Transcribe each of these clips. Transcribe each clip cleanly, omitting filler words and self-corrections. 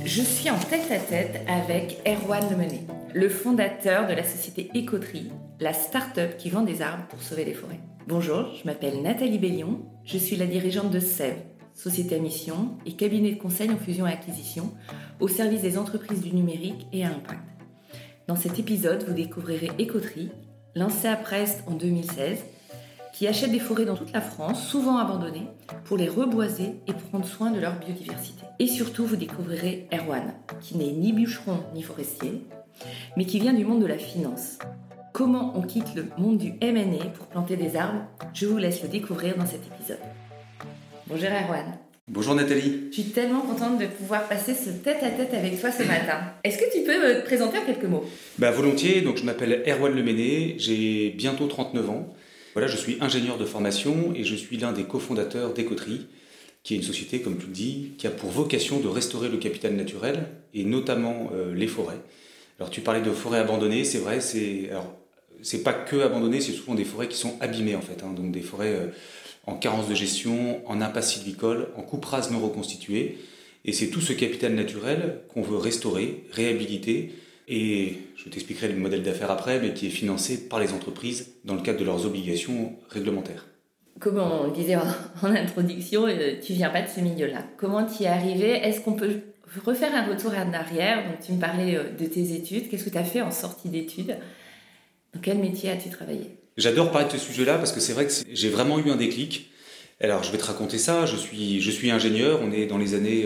Je suis en tête-à-tête avec Erwan Lemené, le fondateur de la société Écoterie, la start-up qui vend des arbres pour sauver les forêts. Bonjour, je m'appelle Nathalie Bellion, je suis la dirigeante de SEV, société à mission et cabinet de conseil en fusion et acquisition, au service des entreprises du numérique et à impact. Dans cet épisode, vous découvrirez Écoterie, lancée à Brest en 2016, qui achète des forêts dans toute la France, souvent abandonnées, pour les reboiser et prendre soin de leur biodiversité. Et surtout, vous découvrirez Erwan, qui n'est ni bûcheron ni forestier, mais qui vient du monde de la finance. Comment on quitte le monde du M&A pour planter des arbres? Je vous laisse le découvrir dans cet épisode. Bonjour Erwan. Bonjour Nathalie. Je suis tellement contente de pouvoir passer ce tête-à-tête avec toi ce matin. Est-ce que tu peux te présenter en quelques mots? Volontiers, donc je m'appelle Erwan Lemené, j'ai bientôt 39 ans. Voilà, je suis ingénieur de formation et je suis l'un des cofondateurs d'Écoterie, qui est une société, comme tu le dis, qui a pour vocation de restaurer le capital naturel et notamment les forêts. Alors tu parlais de forêts abandonnées, c'est vrai, c'est pas que abandonné, c'est souvent des forêts qui sont abîmées en fait, donc des forêts en carence de gestion, en impasse sylvicole, en coupe rase non reconstituée. Et c'est tout ce capital naturel qu'on veut restaurer, réhabiliter, et je t'expliquerai le modèle d'affaires après, mais qui est financé par les entreprises dans le cadre de leurs obligations réglementaires. Comme on le disait en introduction, tu viens pas de ce milieu-là. Comment tu y es arrivé? Est-ce qu'on peut refaire un retour en arrière? Donc tu me parlais de tes études. Qu'est-ce que tu as fait en sortie d'études? Dans quel métier as-tu travaillé? J'adore parler de ce sujet-là parce que c'est vrai que j'ai vraiment eu un déclic. Alors je vais te raconter ça. Je suis ingénieur. On est dans les années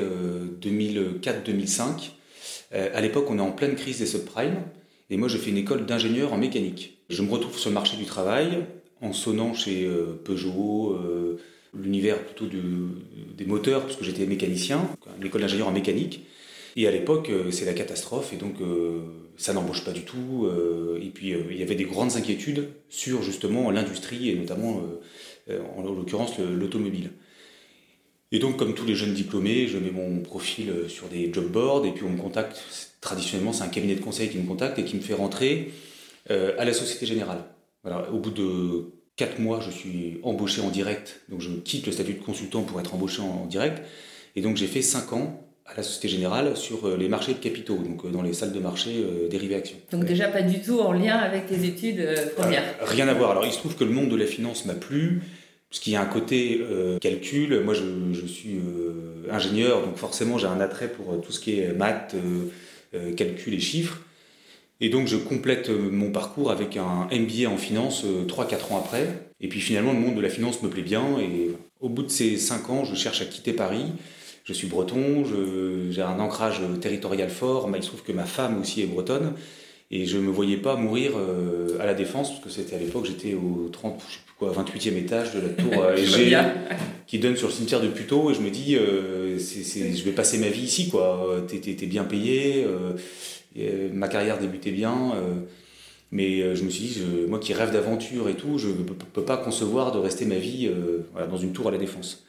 2004-2005. À l'époque, on est en pleine crise des subprimes. Et moi, je fais une école d'ingénieur en mécanique. Je me retrouve sur le marché du travail en sonnant chez Peugeot, l'univers plutôt des moteurs, parce que j'étais mécanicien, une école d'ingénieur en mécanique. Et à l'époque, c'est la catastrophe, et donc ça n'embauche pas du tout. Et puis, il y avait des grandes inquiétudes sur justement l'industrie, et notamment, en l'occurrence, l'automobile. Et donc, comme tous les jeunes diplômés, je mets mon profil sur des job boards, et puis on me contacte. Traditionnellement, c'est un cabinet de conseil qui me contacte et qui me fait rentrer à la Société Générale. Voilà, au bout de 4 mois, je suis embauché en direct. Donc, je quitte le statut de consultant pour être embauché en direct. Et donc, j'ai fait 5 ans à la Société Générale sur les marchés de capitaux, donc dans les salles de marché dérivés actions. Donc déjà pas du tout en lien avec tes études premières. Rien à voir. Alors, il se trouve que le monde de la finance m'a plu. Parce qu'il y a un côté calcul. Moi, je suis ingénieur, donc forcément, j'ai un attrait pour tout ce qui est maths, calcul et chiffres. Et donc, je complète mon parcours avec un MBA en finance 3-4 ans après. Et puis, finalement, le monde de la finance me plaît bien. Et au bout de ces 5 ans, je cherche à quitter Paris. Je suis breton, j'ai un ancrage territorial fort. Il se trouve que ma femme aussi est bretonne. Et je ne me voyais pas mourir à la Défense, parce que c'était à l'époque, j'étais au 28e étage de la tour Égée, qui donne sur le cimetière de Puteaux, et je me dis, je vais passer ma vie ici, quoi. T'es bien payé, ma carrière débutait bien, mais je me suis dit, moi qui rêve d'aventure et tout, je ne peux pas concevoir de rester ma vie dans une tour à la Défense.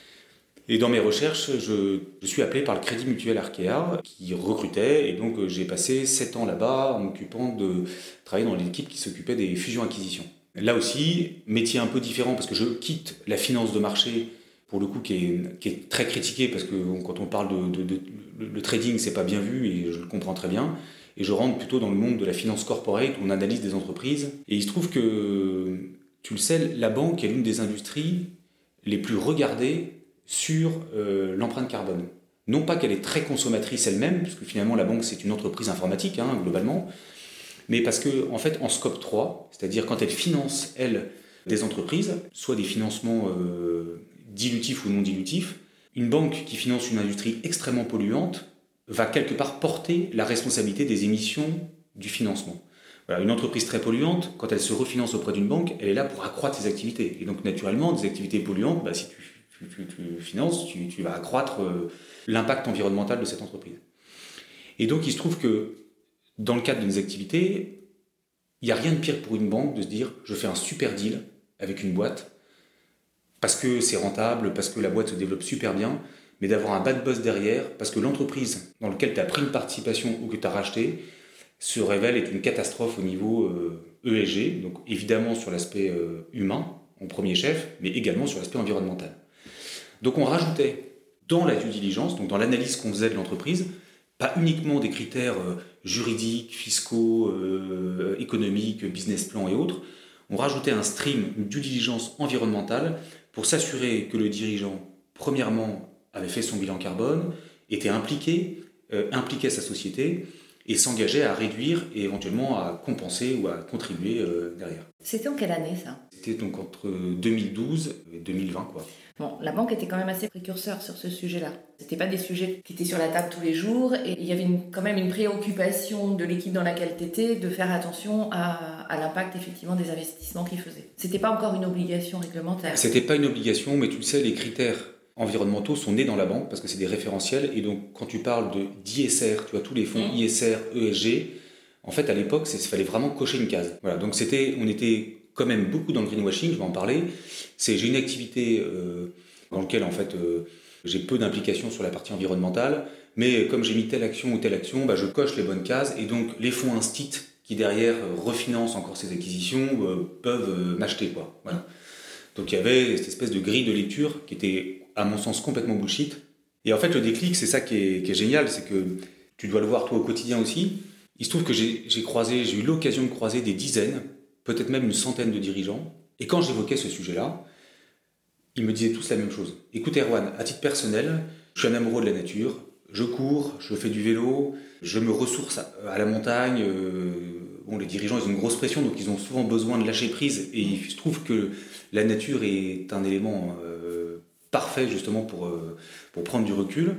Et dans mes recherches, je suis appelé par le Crédit Mutuel Arkéa qui recrutait, et donc j'ai passé 7 ans là-bas en m'occupant de travailler dans l'équipe qui s'occupait des fusions-acquisitions. Là aussi, métier un peu différent parce que je quitte la finance de marché, pour le coup qui est très critiquée parce que quand on parle le trading, c'est pas bien vu et je le comprends très bien. Et je rentre plutôt dans le monde de la finance corporate où on analyse des entreprises. Et il se trouve que, tu le sais, la banque est l'une des industries les plus regardées sur l'empreinte carbone. Non pas qu'elle est très consommatrice elle-même, parce que finalement la banque c'est une entreprise informatique globalement, mais parce que en fait en scope 3, c'est-à-dire quand elle finance elle des entreprises, soit des financements dilutifs ou non dilutifs, une banque qui finance une industrie extrêmement polluante va quelque part porter la responsabilité des émissions du financement. Voilà, une entreprise très polluante, quand elle se refinance auprès d'une banque, elle est là pour accroître ses activités. Et donc naturellement, des activités polluantes, si tu finances, tu vas accroître l'impact environnemental de cette entreprise. Et donc il se trouve que dans le cadre de nos activités, il n'y a rien de pire pour une banque de se dire je fais un super deal avec une boîte parce que c'est rentable, parce que la boîte se développe super bien, mais d'avoir un bad buzz derrière parce que l'entreprise dans laquelle tu as pris une participation ou que tu as racheté se révèle être une catastrophe au niveau ESG, donc évidemment sur l'aspect humain en premier chef, mais également sur l'aspect environnemental. Donc on rajoutait dans la due diligence, donc dans l'analyse qu'on faisait de l'entreprise, pas uniquement des critères juridiques, fiscaux, économiques, business plan et autres. On rajoutait un stream, une due diligence environnementale pour s'assurer que le dirigeant, premièrement, avait fait son bilan carbone, était impliqué, impliquait sa société et s'engageait à réduire et éventuellement à compenser ou à contribuer derrière. C'était en quelle année ça ? C'était donc entre 2012 et 2020, quoi. Bon, la banque était quand même assez précurseur sur ce sujet-là. C'était pas des sujets qui étaient sur la table tous les jours et il y avait quand même une préoccupation de l'équipe dans laquelle tu étais de faire attention à l'impact effectivement des investissements qu'ils faisaient. C'était pas encore une obligation réglementaire. C'était pas une obligation, mais tu le sais, les critères environnementaux sont nés dans la banque parce que c'est des référentiels et donc quand tu parles d'ISR, tu vois tous les fonds ISR, ESG, en fait à l'époque il fallait vraiment cocher une case. Voilà, donc on était quand même beaucoup dans le greenwashing, je vais en parler. J'ai une activité dans laquelle en fait j'ai peu d'implication sur la partie environnementale, mais comme j'ai mis telle action ou telle action, je coche les bonnes cases et donc les fonds instits qui derrière refinancent encore ces acquisitions peuvent m'acheter, quoi. Voilà. Donc il y avait cette espèce de grille de lecture qui était à mon sens complètement bullshit. Et en fait le déclic, c'est ça qui est génial, c'est que tu dois le voir toi au quotidien aussi. Il se trouve que j'ai eu l'occasion de croiser des dizaines, peut-être même une centaine de dirigeants. Et quand j'évoquais ce sujet-là, ils me disaient tous la même chose. Écoute Erwan, à titre personnel, je suis un amoureux de la nature, je cours, je fais du vélo, je me ressource à la montagne. Bon, les dirigeants, ils ont une grosse pression, donc ils ont souvent besoin de lâcher prise. Et il se trouve que la nature est un élément parfait justement pour prendre du recul.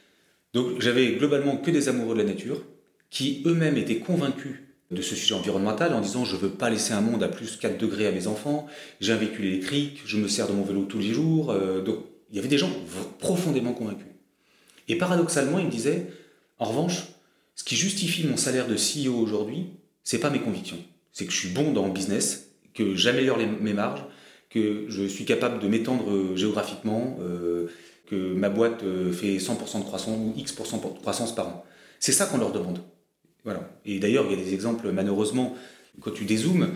Donc j'avais globalement que des amoureux de la nature qui eux-mêmes étaient convaincus de ce sujet environnemental en disant je veux pas laisser un monde à plus 4 degrés à mes enfants, j'ai un véhicule électrique, je me sers de mon vélo tous les jours. Donc il y avait des gens profondément convaincus. Et paradoxalement, ils me disaient en revanche, ce qui justifie mon salaire de CEO aujourd'hui, c'est pas mes convictions. C'est que je suis bon dans le business, que j'améliore mes marges, que je suis capable de m'étendre géographiquement, que ma boîte fait 100% de croissance ou X% de croissance par an. C'est ça qu'on leur demande. Voilà. Et d'ailleurs, il y a des exemples, malheureusement, quand tu dézoomes,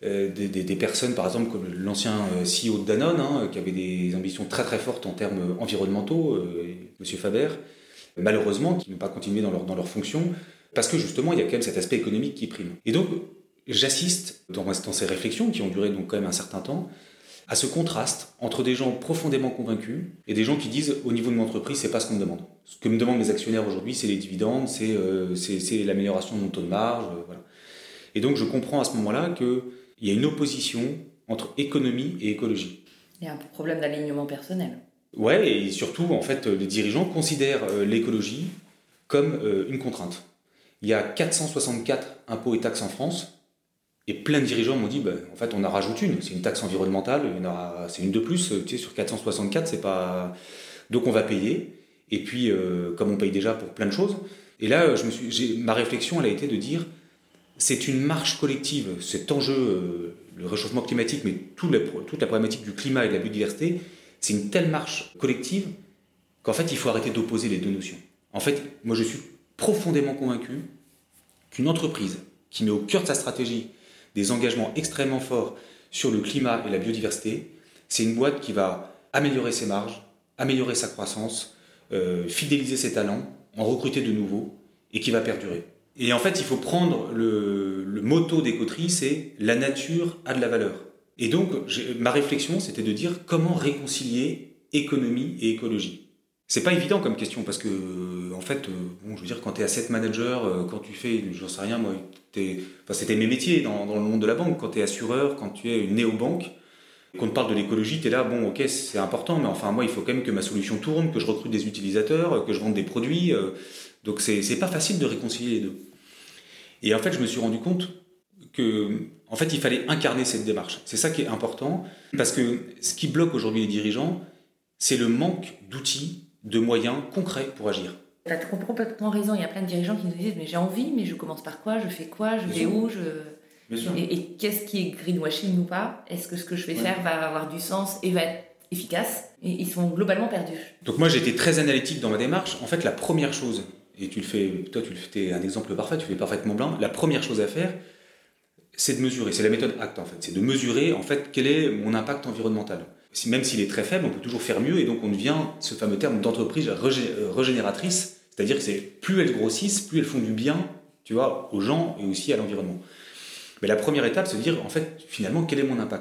des personnes, par exemple, comme l'ancien CEO de Danone, qui avait des ambitions très très fortes en termes environnementaux, M. Faber, malheureusement, qui n'ont pas continué dans leur fonction, parce que justement, il y a quand même cet aspect économique qui prime. Et donc, j'assiste dans ces réflexions, qui ont duré donc quand même un certain temps, à ce contraste entre des gens profondément convaincus et des gens qui disent au niveau de mon entreprise, c'est pas ce qu'on me demande. Ce que me demandent mes actionnaires aujourd'hui, c'est les dividendes, c'est l'amélioration de mon taux de marge, voilà. Et donc je comprends à ce moment-là qu'il y a une opposition entre économie et écologie. Il y a un problème d'alignement personnel. Ouais, et surtout, en fait, les dirigeants considèrent l'écologie comme une contrainte. Il y a 464 impôts et taxes en France. Et plein de dirigeants m'ont dit, en fait, on en rajoute une. C'est une taxe environnementale, c'est une de plus. Tu sais, sur 464, c'est pas. Donc on va payer. Et puis, comme on paye déjà pour plein de choses. Et là, ma réflexion, elle a été de dire, c'est une marche collective. Cet enjeu, le réchauffement climatique, mais toute la problématique du climat et de la biodiversité, c'est une telle marche collective qu'en fait, il faut arrêter d'opposer les deux notions. En fait, moi, je suis profondément convaincu qu'une entreprise qui met au cœur de sa stratégie des engagements extrêmement forts sur le climat et la biodiversité, c'est une boîte qui va améliorer ses marges, améliorer sa croissance, fidéliser ses talents, en recruter de nouveaux, et qui va perdurer. Et en fait, il faut prendre le motto d'Écoterie, c'est « la nature a de la valeur ». Et donc, ma réflexion, c'était de dire comment réconcilier économie et écologie. C'est pas évident comme question parce que, en fait, je veux dire, quand tu es asset manager, quand tu fais, j'en sais rien, moi, c'était mes métiers dans le monde de la banque. Quand tu es assureur, quand tu es une néobanque, qu'on te parle de l'écologie, tu es là, bon, ok, c'est important, mais enfin, moi, il faut quand même que ma solution tourne, que je recrute des utilisateurs, que je vende des produits. Donc, c'est pas facile de réconcilier les deux. Et en fait, je me suis rendu compte que, en fait, il fallait incarner cette démarche. C'est ça qui est important, parce que ce qui bloque aujourd'hui les dirigeants, c'est le manque d'outils, de moyens concrets pour agir. Tu as complètement raison, il y a plein de dirigeants qui nous disent mais j'ai envie, mais je commence par quoi, je fais quoi, je vais où, et qu'est-ce qui est greenwashing ou pas? Est-ce que ce que je vais faire va avoir du sens et va être efficace? Et ils sont globalement perdus. Donc moi j'ai été très analytique dans ma démarche. En fait la première chose, et tu le fais un exemple parfait, tu fais parfaitement bien, la première chose à faire, c'est de mesurer, c'est la méthode ACT en fait, c'est de mesurer en fait quel est mon impact environnemental. Même s'il est très faible, on peut toujours faire mieux et donc on devient ce fameux terme d'entreprise régénératrice C'est-à-dire que plus elles grossissent, plus elles font du bien, tu vois, aux gens et aussi à l'environnement. Mais la première étape, c'est de dire, en fait, finalement, quel est mon impact ?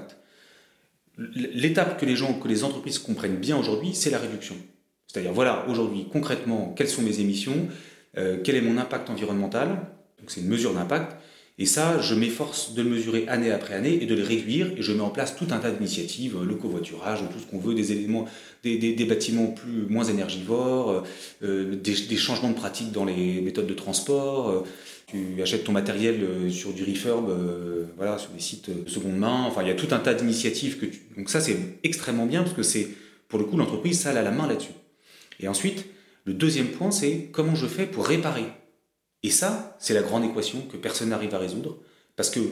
L'étape que les entreprises comprennent bien aujourd'hui, c'est la réduction. C'est-à-dire, voilà, aujourd'hui, concrètement, quelles sont mes émissions, quel est mon impact environnemental, donc c'est une mesure d'impact, et ça, je m'efforce de le mesurer année après année et de le réduire, et je mets en place tout un tas d'initiatives, le covoiturage, tout ce qu'on veut, des éléments, des bâtiments moins énergivores, des changements de pratiques dans les méthodes de transport, tu achètes ton matériel sur du refurb, voilà, sur des sites de seconde main, enfin il y a tout un tas d'initiatives donc ça c'est extrêmement bien parce que c'est, pour le coup, l'entreprise, ça elle a la main là-dessus. Et ensuite, le deuxième point, c'est comment je fais pour réparer. Et ça, c'est la grande équation que personne n'arrive à résoudre, parce que,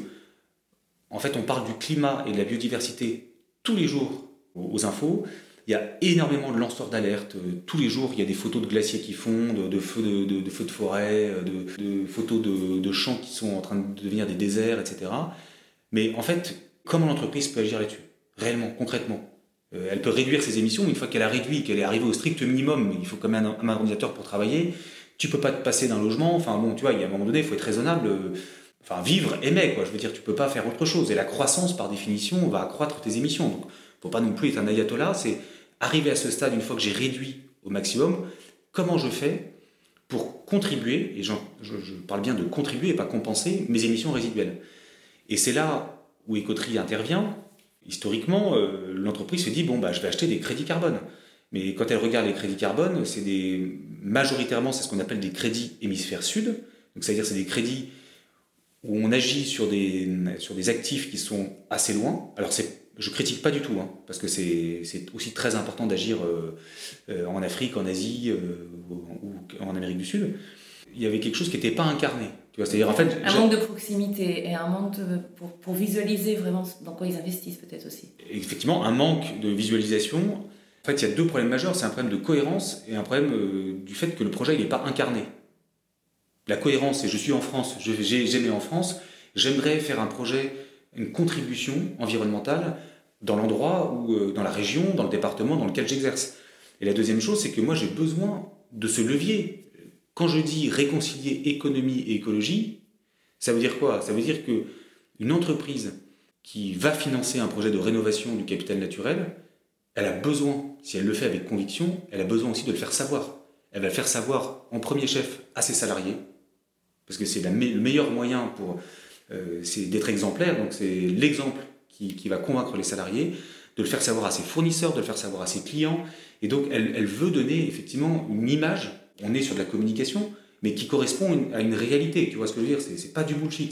en fait, on parle du climat et de la biodiversité tous les jours aux infos. Il y a énormément de lanceurs d'alerte. Tous les jours, il y a des photos de glaciers qui fondent, de feux de forêt, de photos de champs qui sont en train de devenir des déserts, etc. Mais en fait, comment l'entreprise peut agir là-dessus, réellement, concrètement ? Elle peut réduire ses émissions une fois qu'elle a réduit, qu'elle est arrivée au strict minimum. Il faut quand même un ordinateur pour travailler. Tu peux pas te passer d'un logement. Enfin bon, tu vois, il y a un moment donné, il faut être raisonnable. Enfin, vivre, aimer, quoi. Je veux dire, tu peux pas faire autre chose. Et la croissance, par définition, va accroître tes émissions. Donc, faut pas non plus être un ayatollah. C'est arriver à ce stade, une fois que j'ai réduit au maximum, comment je fais pour contribuer, et je parle bien de contribuer et pas compenser, mes émissions résiduelles. Et c'est là où Écoterie intervient. Historiquement, l'entreprise se dit, bon, bah, je vais acheter des crédits carbone. Mais quand elle regarde les crédits carbone, majoritairement, c'est ce qu'on appelle des crédits hémisphère sud. Donc, c'est-à-dire c'est des crédits où on agit sur des actifs qui sont assez loin. Alors, je critique pas du tout, hein, parce que c'est aussi très important d'agir en Afrique, en Asie ou en Amérique du Sud. Il y avait quelque chose qui n'était pas incarné. Tu vois, c'est-à-dire, en fait, un manque de proximité et un manque pour visualiser vraiment dans quoi ils investissent peut-être aussi. Effectivement, un manque de visualisation. En fait, il y a deux problèmes majeurs. C'est un problème de cohérence et un problème du fait que le projet n'est pas incarné. La cohérence, c'est je suis en France, j'aimais en France, j'aimerais faire un projet, une contribution environnementale dans l'endroit ou dans la région, dans le département dans lequel j'exerce. Et la deuxième chose, c'est que moi j'ai besoin de ce levier. Quand je dis réconcilier économie et écologie, ça veut dire quoi ? Ça veut dire qu'une entreprise qui va financer un projet de rénovation du capital naturel, elle a besoin, si elle le fait avec conviction, elle a besoin aussi de le faire savoir. Elle va le faire savoir en premier chef à ses salariés, parce que c'est le meilleur moyen c'est d'être exemplaire, donc c'est l'exemple qui va convaincre les salariés, de le faire savoir à ses fournisseurs, de le faire savoir à ses clients, et donc elle veut donner effectivement une image, on est sur de la communication, mais qui correspond à une réalité, tu vois ce que je veux dire, c'est pas du bullshit,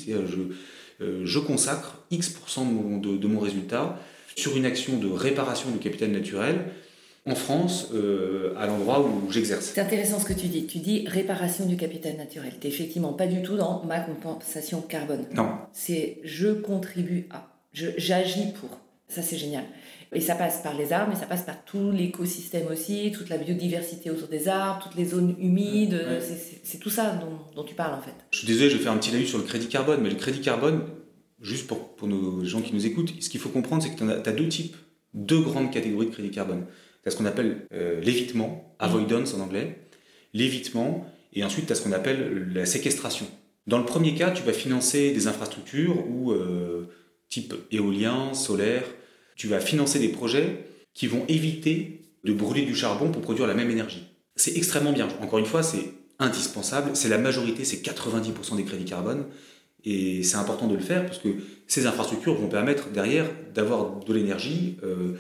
je consacre X% de mon résultat sur une action de réparation du capital naturel, en France, à l'endroit où j'exerce. C'est intéressant ce que tu dis. Tu dis réparation du capital naturel. Tu n'es effectivement pas du tout dans ma compensation carbone. Non. C'est je contribue à. J'agis pour. Ça, c'est génial. Et ça passe par les arbres, mais ça passe par tout l'écosystème aussi, toute la biodiversité autour des arbres, toutes les zones humides. Ouais. C'est tout ça dont tu parles, en fait. Je suis désolé, je vais faire un petit laïus sur le crédit carbone, mais le crédit carbone, juste pour les gens qui nous écoutent, ce qu'il faut comprendre, c'est que tu as deux grandes catégories de crédit carbone. Tu as ce qu'on appelle l'évitement, avoidance en anglais, l'évitement, et ensuite tu as ce qu'on appelle la séquestration. Dans le premier cas, tu vas financer des infrastructures ou type éolien, solaire, tu vas financer des projets qui vont éviter de brûler du charbon pour produire la même énergie. C'est extrêmement bien. Encore une fois, c'est indispensable. C'est la majorité, c'est 90% des crédits carbone. Et c'est important de le faire parce que ces infrastructures vont permettre derrière d'avoir de l'énergie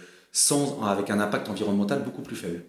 avec un impact environnemental beaucoup plus faible.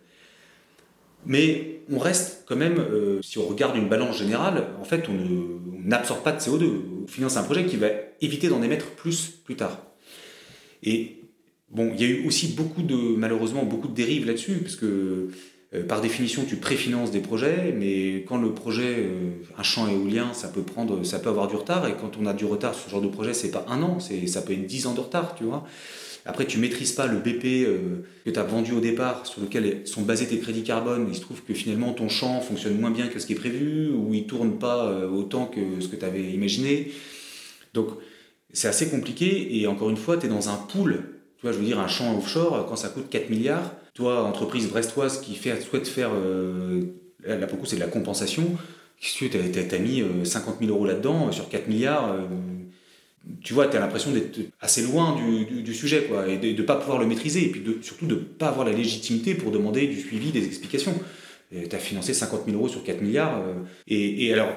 Mais on reste quand même, si on regarde une balance générale, en fait, on n'absorbe pas de CO2. On finance un projet qui va éviter d'en émettre plus tard. Et bon, il y a eu aussi malheureusement beaucoup de dérives là-dessus, parce que par définition, tu préfinances des projets, mais quand le projet, un champ éolien, ça peut avoir du retard, et quand on a du retard sur ce genre de projet, c'est pas 1 an, ça peut être 10 ans de retard, tu vois. Après, tu maîtrises pas le BP que tu as vendu au départ, sur lequel sont basés tes crédits carbone. Il se trouve que finalement, ton champ fonctionne moins bien que ce qui est prévu, ou il tourne pas autant que ce que tu avais imaginé. Donc, c'est assez compliqué, et encore une fois, tu es dans un pool. Tu vois, je veux dire, un champ offshore, quand ça coûte 4 milliards, toi, entreprise brestoise qui souhaite faire Là, pour le coup, c'est de la compensation. Qu'est-ce que t'as mis 50 000 euros là-dedans sur 4 milliards tu vois, tu as l'impression d'être assez loin du sujet, quoi, et de ne pas pouvoir le maîtriser, et puis surtout de ne pas avoir la légitimité pour demander du suivi, des explications. Tu as financé 50 000 euros sur 4 milliards. Et alors,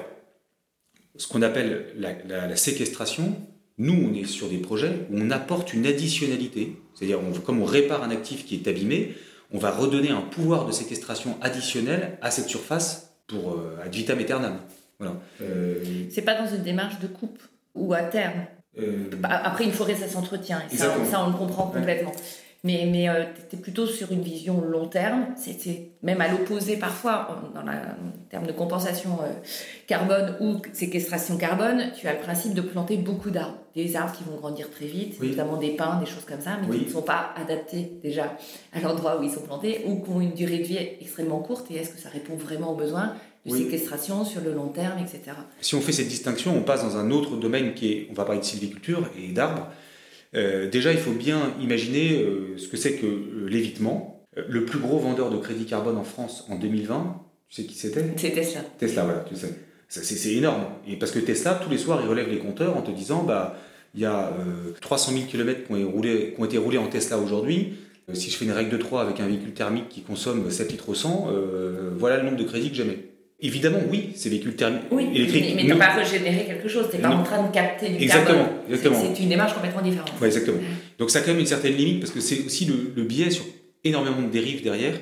ce qu'on appelle la séquestration, nous, on est sur des projets où on apporte une additionnalité, c'est-à-dire comme on répare un actif qui est abîmé, on va redonner un pouvoir de séquestration additionnel à cette surface pour ad vitam aeternam. Voilà. C'est pas dans une démarche de coupe ou à terme. Après, une forêt, ça s'entretient. Et ça, on le comprend complètement. Mais tu es plutôt sur une vision long terme. C'est même à l'opposé parfois, en termes de compensation carbone ou séquestration carbone, tu as le principe de planter beaucoup d'arbres. Des arbres qui vont grandir très vite, notamment des pins, des choses comme ça, mais qui ne sont pas adaptés déjà à l'endroit où ils sont plantés ou qui ont une durée de vie extrêmement courte. Et est-ce que ça répond vraiment aux besoins de séquestration sur le long terme, etc. Si on fait cette distinction, on passe dans un autre domaine on va parler de sylviculture et d'arbres. Déjà, il faut bien imaginer ce que c'est que l'évitement. Le plus gros vendeur de crédit carbone en France en 2020, tu sais qui c'était ? C'est Tesla. Tesla, voilà, tu sais. C'est énorme. Et parce que Tesla, tous les soirs, il relève les compteurs en te disant il y a 300 000 km qui ont été roulés en Tesla aujourd'hui. Si je fais une règle de 3 avec un véhicule thermique qui consomme 7 litres au 100, voilà le nombre de crédits que j'émets. Évidemment, oui, ces véhicules thermiques électriques. Mais tu n'as pas régénéré quelque chose, tu n'es pas en train de capter du carbone. Exactement. C'est une démarche complètement différente. Ouais, exactement. Donc ça a quand même une certaine limite parce que c'est aussi le biais sur énormément de dérives derrière.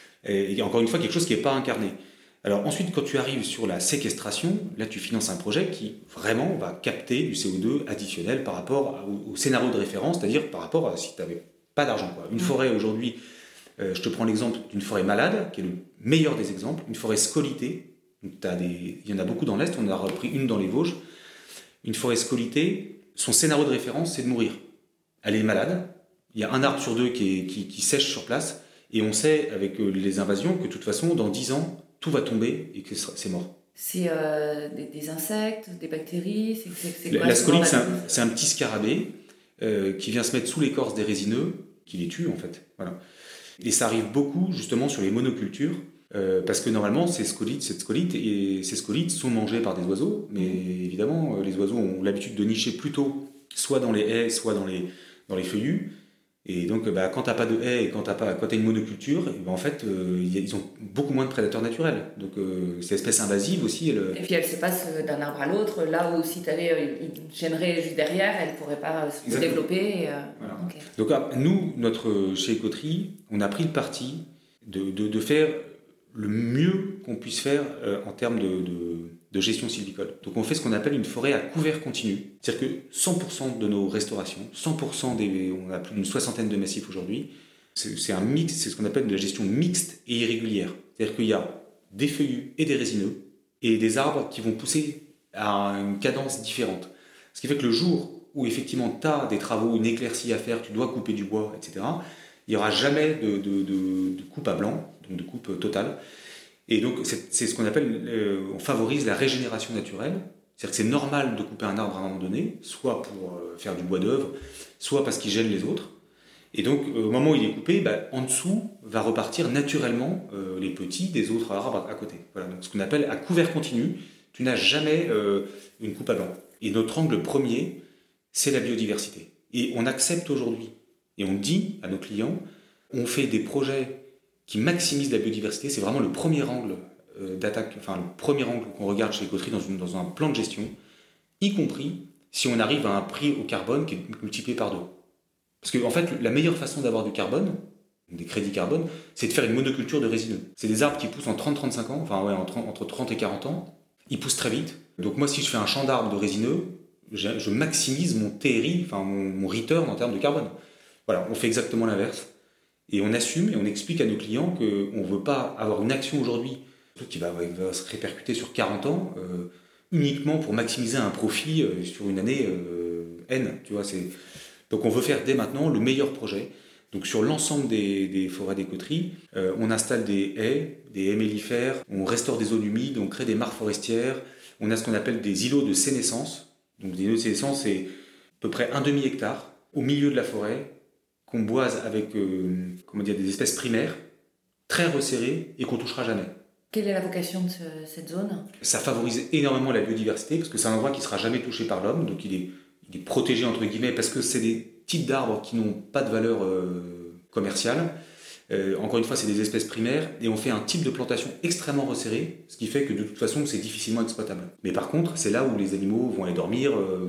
Et encore une fois, quelque chose qui n'est pas incarné. Alors ensuite, quand tu arrives sur la séquestration, là tu finances un projet qui vraiment va capter du CO2 additionnel par rapport au scénario de référence, c'est-à-dire par rapport à si tu n'avais pas d'argent. Une forêt aujourd'hui, je te prends l'exemple d'une forêt malade, qui est le meilleur des exemples, une forêt scolitée. Il y en a beaucoup dans l'Est, on en a repris une dans les Vosges. Une forêt scolitée, son scénario de référence, c'est de mourir. Elle est malade, il y a un arbre sur deux qui sèche sur place, et on sait avec les invasions que de toute façon, dans 10 ans, tout va tomber et que c'est mort. C'est des insectes, des bactéries La scolite, c'est un petit scarabée qui vient se mettre sous l'écorce des résineux, qui les tue en fait. Voilà. Et ça arrive beaucoup justement sur les monocultures, parce que normalement, ces scolites sont mangés par des oiseaux, mais évidemment, les oiseaux ont l'habitude de nicher plutôt soit dans les haies, soit dans les feuillus. Et donc, quand tu n'as pas de haies et quand tu as une monoculture, en fait, ils ont beaucoup moins de prédateurs naturels. Donc, ces espèces invasives aussi. Et puis, elles se passent d'un arbre à l'autre. Là où si tu avais une gênerie juste derrière, elles ne pourraient pas se développer. Voilà. Okay. Donc, nous, chez Écoterie, on a pris le parti de faire le mieux qu'on puisse faire en termes de gestion sylvicole. Donc on fait ce qu'on appelle une forêt à couvert continu. C'est-à-dire que 100% de nos restaurations, 100% on a plus d'une soixantaine de massifs aujourd'hui, c'est un mix, c'est ce qu'on appelle de la gestion mixte et irrégulière. C'est-à-dire qu'il y a des feuillus et des résineux et des arbres qui vont pousser à une cadence différente. Ce qui fait que le jour où effectivement tu as des travaux, une éclaircie à faire, tu dois couper du bois, etc., il n'y aura jamais de coupe à blanc, donc de coupe totale. Et donc, c'est ce qu'on appelle, on favorise la régénération naturelle. C'est-à-dire que c'est normal de couper un arbre à un moment donné, soit pour faire du bois d'œuvre, soit parce qu'il gêne les autres. Et donc, au moment où il est coupé, en dessous va repartir naturellement les petits des autres arbres à côté. Voilà, donc ce qu'on appelle à couvert continu, tu n'as jamais une coupe à blanc. Et notre angle premier, c'est la biodiversité. Et on accepte aujourd'hui, et on dit à nos clients, on fait des projets qui maximisent la biodiversité, c'est vraiment le premier angle d'attaque, enfin le premier angle qu'on regarde chez Écoterie dans un plan de gestion, y compris si on arrive à un prix au carbone qui est multiplié par 2. Parce que en fait, la meilleure façon d'avoir du carbone, des crédits carbone, c'est de faire une monoculture de résineux. C'est des arbres qui poussent en 30-35 ans, enfin ouais, entre 30 et 40 ans, ils poussent très vite. Donc moi, si je fais un champ d'arbres de résineux, je maximise mon TRI, enfin mon return en termes de carbone. Voilà, on fait exactement l'inverse. Et on assume et on explique à nos clients qu'on ne veut pas avoir une action aujourd'hui qui va se répercuter sur 40 ans uniquement pour maximiser un profit sur une année N. Tu vois, donc on veut faire dès maintenant le meilleur projet. Donc sur l'ensemble des forêts d'Écoterie, on installe des haies mellifères, on restaure des zones humides, on crée des mares forestières, on a ce qu'on appelle des îlots de sénescence. Donc des îlots de sénescence, c'est à peu près un demi-hectare au milieu de la forêt, qu'on boise avec des espèces primaires, très resserrées et qu'on ne touchera jamais. Quelle est la vocation de cette zone ? Ça favorise énormément la biodiversité parce que c'est un endroit qui ne sera jamais touché par l'homme, donc il est protégé entre guillemets parce que c'est des types d'arbres qui n'ont pas de valeur commerciale. Encore une fois, c'est des espèces primaires et on fait un type de plantation extrêmement resserré, ce qui fait que de toute façon, c'est difficilement exploitable. Mais par contre, c'est là où les animaux vont aller dormir,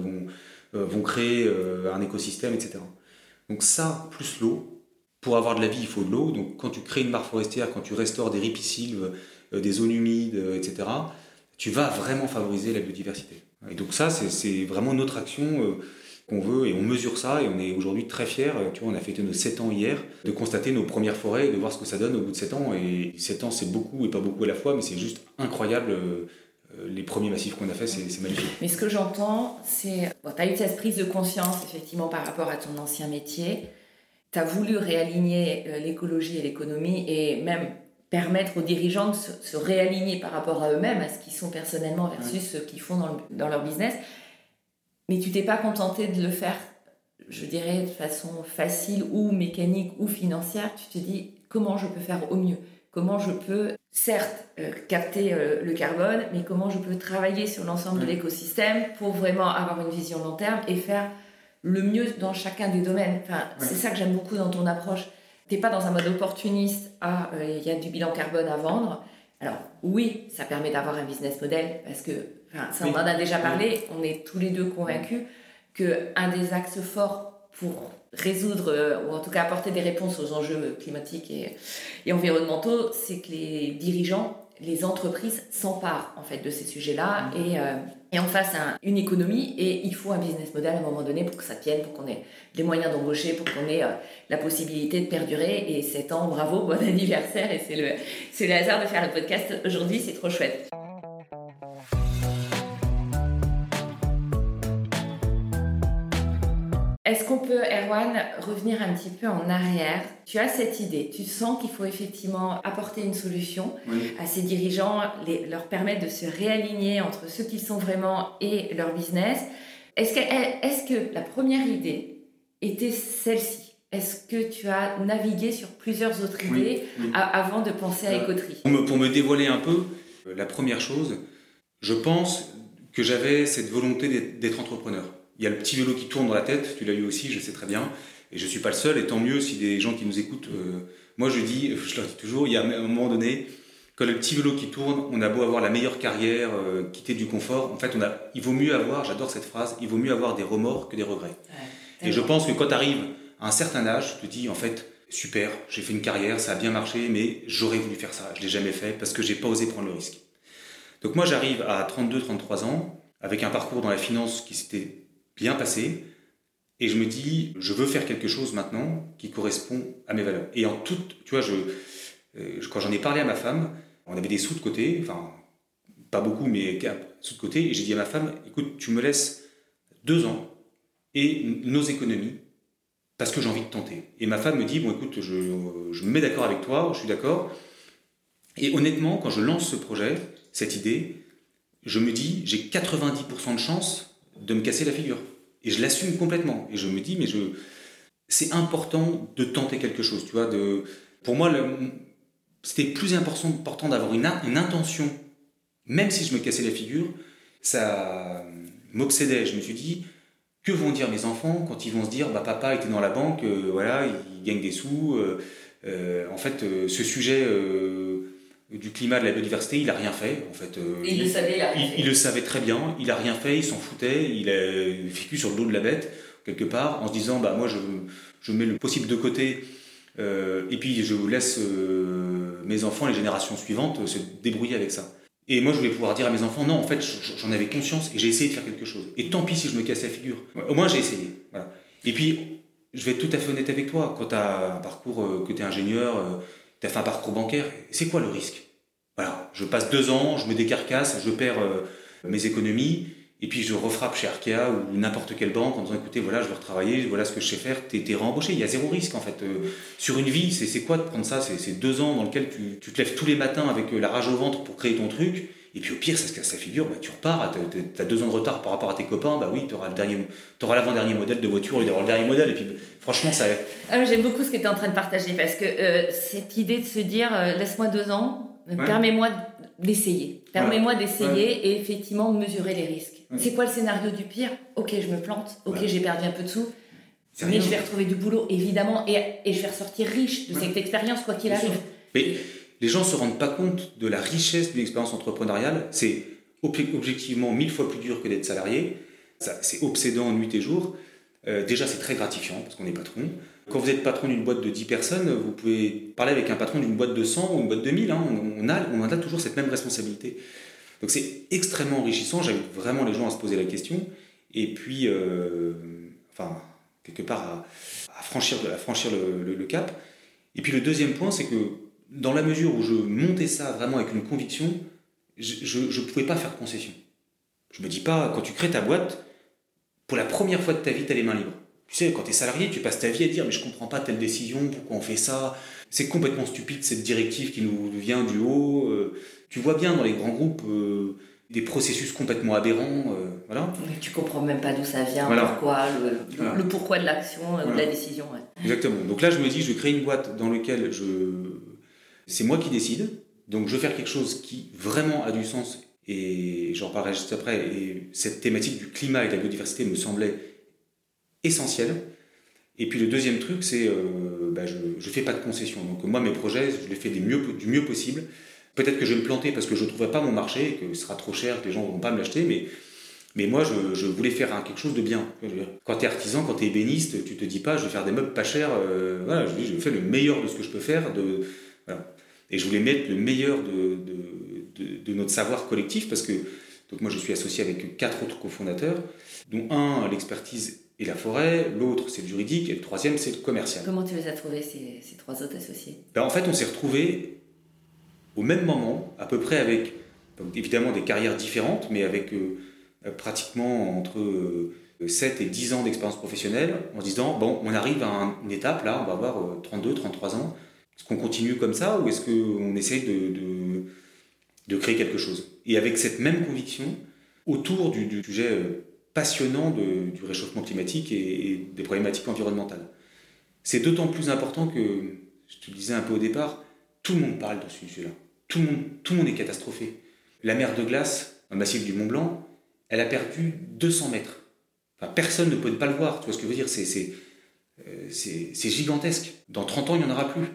vont créer un écosystème, etc. Donc ça, plus l'eau. Pour avoir de la vie, il faut de l'eau. Donc quand tu crées une mare forestière, quand tu restaures des ripisylves, des zones humides, etc., tu vas vraiment favoriser la biodiversité. Et donc ça, c'est vraiment notre action qu'on veut, et on mesure ça, et on est aujourd'hui très fiers. Tu vois, on a fêté nos 7 ans hier, de constater nos premières forêts et de voir ce que ça donne au bout de 7 ans. Et 7 ans, c'est beaucoup et pas beaucoup à la fois, mais c'est juste incroyable. Les premiers massifs qu'on a fait, c'est magnifique. Mais ce que j'entends, c'est... Bon, tu as eu cette prise de conscience, effectivement, par rapport à ton ancien métier. Tu as voulu réaligner l'écologie et l'économie, et même permettre aux dirigeants de se réaligner par rapport à eux-mêmes, à ce qu'ils sont personnellement versus ce qu'ils font dans leur business. Mais tu t'es pas contenté de le faire, je dirais, de façon facile ou mécanique ou financière. Tu te dis, comment je peux faire au mieux ? Comment je peux, certes, capter le carbone, mais comment je peux travailler sur l'ensemble de l'écosystème pour vraiment avoir une vision long terme et faire le mieux dans chacun des domaines. Enfin, c'est ça que j'aime beaucoup dans ton approche. T'es pas dans un mode opportuniste, il y a du bilan carbone à vendre. Alors oui, ça permet d'avoir un business model, parce que, ça on en a déjà parlé, on est tous les deux convaincus qu'un des axes forts pour résoudre, ou en tout cas apporter des réponses aux enjeux climatiques et environnementaux, c'est que les dirigeants, les entreprises s'emparent en fait de ces sujets-là et en fassent une économie, et il faut un business model à un moment donné pour que ça tienne, pour qu'on ait les moyens d'embaucher, pour qu'on ait la possibilité de perdurer. Et 7 ans, bravo, bon anniversaire, et c'est le hasard de faire le podcast aujourd'hui, c'est trop chouette. Est-ce qu'on peut, Erwan, revenir un petit peu en arrière ? Tu as cette idée, tu sens qu'il faut effectivement apporter une solution à ces dirigeants, leur permettre de se réaligner entre ceux qu'ils sont vraiment et leur business. Est-ce que la première idée était celle-ci ? Est-ce que tu as navigué sur plusieurs autres idées avant de penser à Écoterie ? Pour me dévoiler un peu, la première chose, je pense que j'avais cette volonté d'être entrepreneur. Il y a le petit vélo qui tourne dans la tête, tu l'as eu aussi, je sais très bien, et je ne suis pas le seul, et tant mieux si des gens qui nous écoutent, moi je leur dis toujours, il y a un moment donné, quand le petit vélo qui tourne, on a beau avoir la meilleure carrière, quitter du confort, en fait il vaut mieux avoir, j'adore cette phrase, il vaut mieux avoir des remords que des regrets. Et je pense que quand tu arrives à un certain âge, tu te dis en fait, super, j'ai fait une carrière, ça a bien marché, mais j'aurais voulu faire ça, je ne l'ai jamais fait parce que je n'ai pas osé prendre le risque. Donc moi j'arrive à 32-33 ans, avec un parcours dans la finance qui s'était bien passé, et je me dis, je veux faire quelque chose maintenant qui correspond à mes valeurs. Et en toute, tu vois, quand j'en ai parlé à ma femme, on avait des sous de côté, enfin, pas beaucoup, mais sous de côté, et j'ai dit à ma femme, écoute, tu me laisses 2 ans et nos économies, parce que j'ai envie de tenter. Et ma femme me dit, bon écoute, je me mets d'accord avec toi, je suis d'accord. Et honnêtement, quand je lance ce projet, cette idée, je me dis, j'ai 90% de chance de me casser la figure. Et je l'assume complètement. Et je me dis, mais c'est important de tenter quelque chose. Tu vois, pour moi, c'était plus important d'avoir une intention, même si je me cassais la figure. Ça m'obsédait. Je me suis dit, que vont dire mes enfants quand ils vont se dire, bah, papa était dans la banque, voilà, il gagne des sous. En fait, ce sujet du climat, de la biodiversité, il n'a rien fait. En fait, il le savait très bien, il n'a rien fait, il s'en foutait, il a vécu sur le dos de la bête, quelque part, en se disant, bah, moi je mets le possible de côté, et puis je laisse mes enfants, les générations suivantes, se débrouiller avec ça. Et moi je voulais pouvoir dire à mes enfants, non, en fait j'en avais conscience et j'ai essayé de faire quelque chose. Et tant pis si je me casse la figure, au moins j'ai essayé. Voilà. Et puis, je vais être tout à fait honnête avec toi, quand tu as un parcours, que tu es ingénieur, tu as fait un parcours bancaire, c'est quoi le risque ? Voilà, je passe 2 ans, je me décarcasse, je perds mes économies, et puis je refrappe chez Arkea ou n'importe quelle banque en disant, écoutez, voilà, je veux retravailler, voilà ce que je sais faire, t'es réembauché, il y a 0 risque en fait. Sur une vie, c'est quoi de prendre ça ? C'est 2 ans dans lesquels tu te lèves tous les matins avec la rage au ventre pour créer ton truc, et puis au pire, ça se casse la figure, bah, tu repars, t'as 2 ans de retard par rapport à tes copains, bah oui, t'auras l'avant-dernier modèle de voiture au lieu d'avoir le dernier modèle, et puis franchement, ça... J'aime beaucoup ce que tu es en train de partager, parce que cette idée de se dire, laisse-moi 2 ans, Permets-moi d'essayer. Permets-moi d'essayer et effectivement mesurer les risques. C'est quoi le scénario du pire ? Ok, je me plante. Ok, j'ai perdu un peu de sous. Mais je vais retrouver du boulot, évidemment, et je vais ressortir riche de cette expérience, quoi qu'il arrive. Mais les gens ne se rendent pas compte de la richesse d'une expérience entrepreneuriale. C'est objectivement 1000 fois plus dur que d'être salarié. C'est obsédant nuit et jour. Déjà, c'est très gratifiant parce qu'on est patron. Quand vous êtes patron d'une boîte de 10 personnes, vous pouvez parler avec un patron d'une boîte de 100 ou une boîte de 1000. On a toujours cette même responsabilité. Donc c'est extrêmement enrichissant. J'invite vraiment les gens à se poser la question. Et puis, quelque part, à franchir le cap. Et puis le deuxième point, c'est que dans la mesure où je montais ça vraiment avec une conviction, je ne pouvais pas faire de concession. Je me dis pas, quand tu crées ta boîte, pour la première fois de ta vie, tu as les mains libres. Tu sais, quand tu es salarié, tu passes ta vie à dire « mais je comprends pas telle décision, pourquoi on fait ça ?» C'est complètement stupide cette directive qui nous vient du haut. Tu vois bien dans les grands groupes des processus complètement aberrants. Voilà. Mais tu comprends même pas d'où ça vient, pourquoi, le pourquoi de l'action ou de la décision. Ouais. Exactement. Donc là, je me dis, je vais créer une boîte dans laquelle c'est moi qui décide. Donc je vais faire quelque chose qui vraiment a du sens. Et j'en parlerai juste après. Et cette thématique du climat et de la biodiversité me semblait essentielle. Et puis le deuxième truc, c'est je fais pas de concessions. Donc moi, mes projets, je les fais du mieux possible. Peut-être que je vais me planter parce que je ne trouverai pas mon marché, que ce sera trop cher, que les gens ne vont pas me l'acheter, mais moi, je voulais faire quelque chose de bien. Quand tu es artisan, quand tu es ébéniste, tu te dis pas, je vais faire des meubles pas chers. Je fais le meilleur de ce que je peux faire. Voilà. Et je voulais mettre le meilleur de notre savoir collectif, parce que donc moi, je suis associé avec 4 autres cofondateurs, dont un, l'expertise et la forêt, l'autre, c'est le juridique, et le troisième, c'est le commercial. Comment tu les as trouvés, ces 3 autres associés ? En fait, on s'est retrouvés au même moment, à peu près avec, donc, évidemment, des carrières différentes, mais avec pratiquement entre 7 et 10 ans d'expérience professionnelle, en se disant, bon, on arrive à une étape, là, on va avoir 32, 33 ans, est-ce qu'on continue comme ça, ou est-ce qu'on essaye de créer quelque chose ? Et avec cette même conviction, autour du sujet passionnant du réchauffement climatique et des problématiques environnementales. C'est d'autant plus important que, je te le disais un peu au départ, tout le monde parle de ce sujet-là. Tout le monde est catastrophé. La mer de glace, dans le massif du Mont Blanc, elle a perdu 200 mètres. Enfin, personne ne peut pas le voir, tu vois ce que je veux dire, c'est gigantesque. Dans 30 ans, il n'y en aura plus.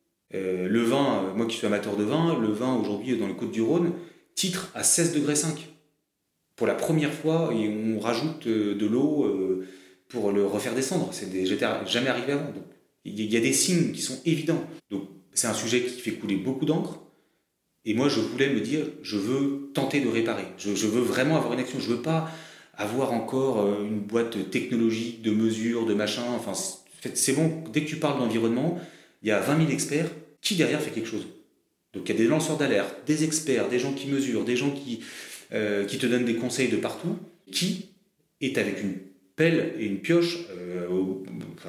Le vin, moi qui suis amateur de vin, le vin aujourd'hui dans les Côtes-du-Rhône titre à 16,5 degrés. Pour la première fois, on rajoute de l'eau pour le refaire descendre. J'étais jamais arrivé avant. Donc, il y a des signes qui sont évidents. Donc, c'est un sujet qui fait couler beaucoup d'encre. Et moi, je voulais me dire, je veux tenter de réparer. Je veux vraiment avoir une action. Je veux pas avoir encore une boîte technologique de mesures, de machin. Enfin, c'est bon. Dès que tu parles d'environnement, il y a 20 000 experts. Qui derrière fait quelque chose ? Donc, il y a des lanceurs d'alerte, des experts, des gens qui mesurent, des gens qui te donnent des conseils de partout. Qui est avec une pelle et une pioche, au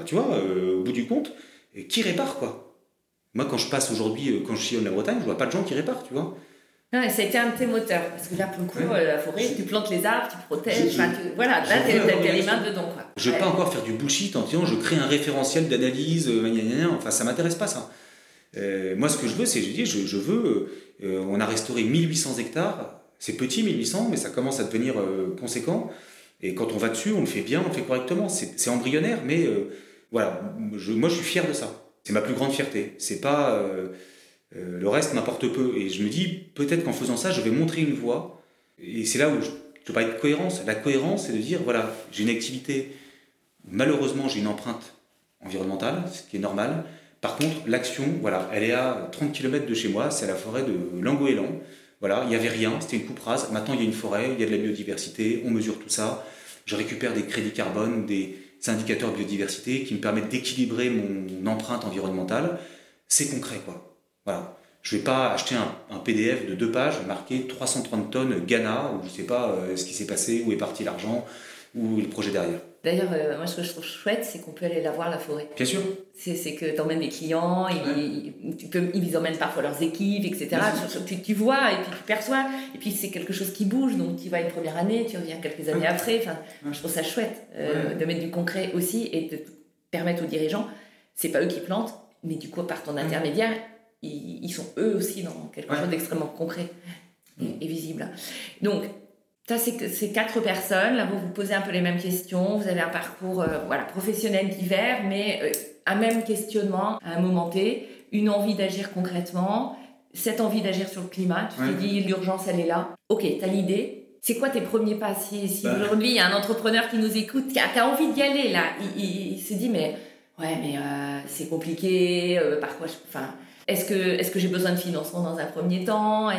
bout du compte, et qui répare, quoi. Moi, quand je passe aujourd'hui, quand je sillonne la Bretagne, je vois pas de gens qui réparent, tu vois. Non, mais ça a été un de tes moteurs, parce que là, pour le coup, la forêt, tu plantes les arbres, tu protèges, là, t'as les mains dedans, quoi. Je vais pas encore faire du bullshit en disant, je crée un référentiel d'analyse, enfin, ça m'intéresse pas, ça. Moi, ce que je veux, c'est, je veux, on a restauré 1800 hectares, c'est petit, 1800, mais ça commence à devenir conséquent, et quand on va dessus, on le fait bien, on le fait correctement, c'est embryonnaire, mais voilà, moi, je suis fier de ça. C'est ma plus grande fierté. C'est pas le reste m'importe peu. Et je me dis peut-être qu'en faisant ça, je vais montrer une voie. Et c'est là où je parlais de cohérence. La cohérence, c'est de dire voilà, j'ai une activité. Malheureusement, j'ai une empreinte environnementale, ce qui est normal. Par contre, l'action, voilà, elle est à 30 km de chez moi. C'est la forêt de Langoélan. Voilà, il n'y avait rien. C'était une coupe rase. Maintenant, il y a une forêt, il y a de la biodiversité. On mesure tout ça. Je récupère des crédits carbone, des indicateurs de biodiversité qui me permettent d'équilibrer mon empreinte environnementale. C'est concret, quoi. Voilà. Je ne vais pas acheter un PDF de 2 pages marqué 330 tonnes Ghana, où je ne sais pas ce qui s'est passé, où est parti l'argent, où est le projet derrière. D'ailleurs, moi, ce que je trouve chouette, c'est qu'on peut aller la voir, la forêt. Bien sûr. C'est que tu emmènes des clients, ils emmènent parfois leurs équipes, etc. Tu vois, et puis tu perçois, et puis c'est quelque chose qui bouge, donc tu vas une première année, tu reviens quelques années après. Enfin, je trouve ça chouette de mettre du concret aussi et de permettre aux dirigeants, c'est pas eux qui plantent, mais du coup, par ton intermédiaire, ils sont eux aussi dans quelque chose d'extrêmement concret et visible. Donc, ça, c'est 4 personnes. Là, vous vous posez un peu les mêmes questions. Vous avez un parcours professionnel divers, mais un même questionnement à un moment T, une envie d'agir concrètement, cette envie d'agir sur le climat. Tu t'es dit, l'urgence, elle est là. Ok, t'as l'idée. C'est quoi tes premiers pas? Si aujourd'hui, il y a un entrepreneur qui nous écoute, qui a envie d'y aller, là, il se dit, mais c'est compliqué, par quoi est-ce que j'ai besoin de financement dans un premier temps?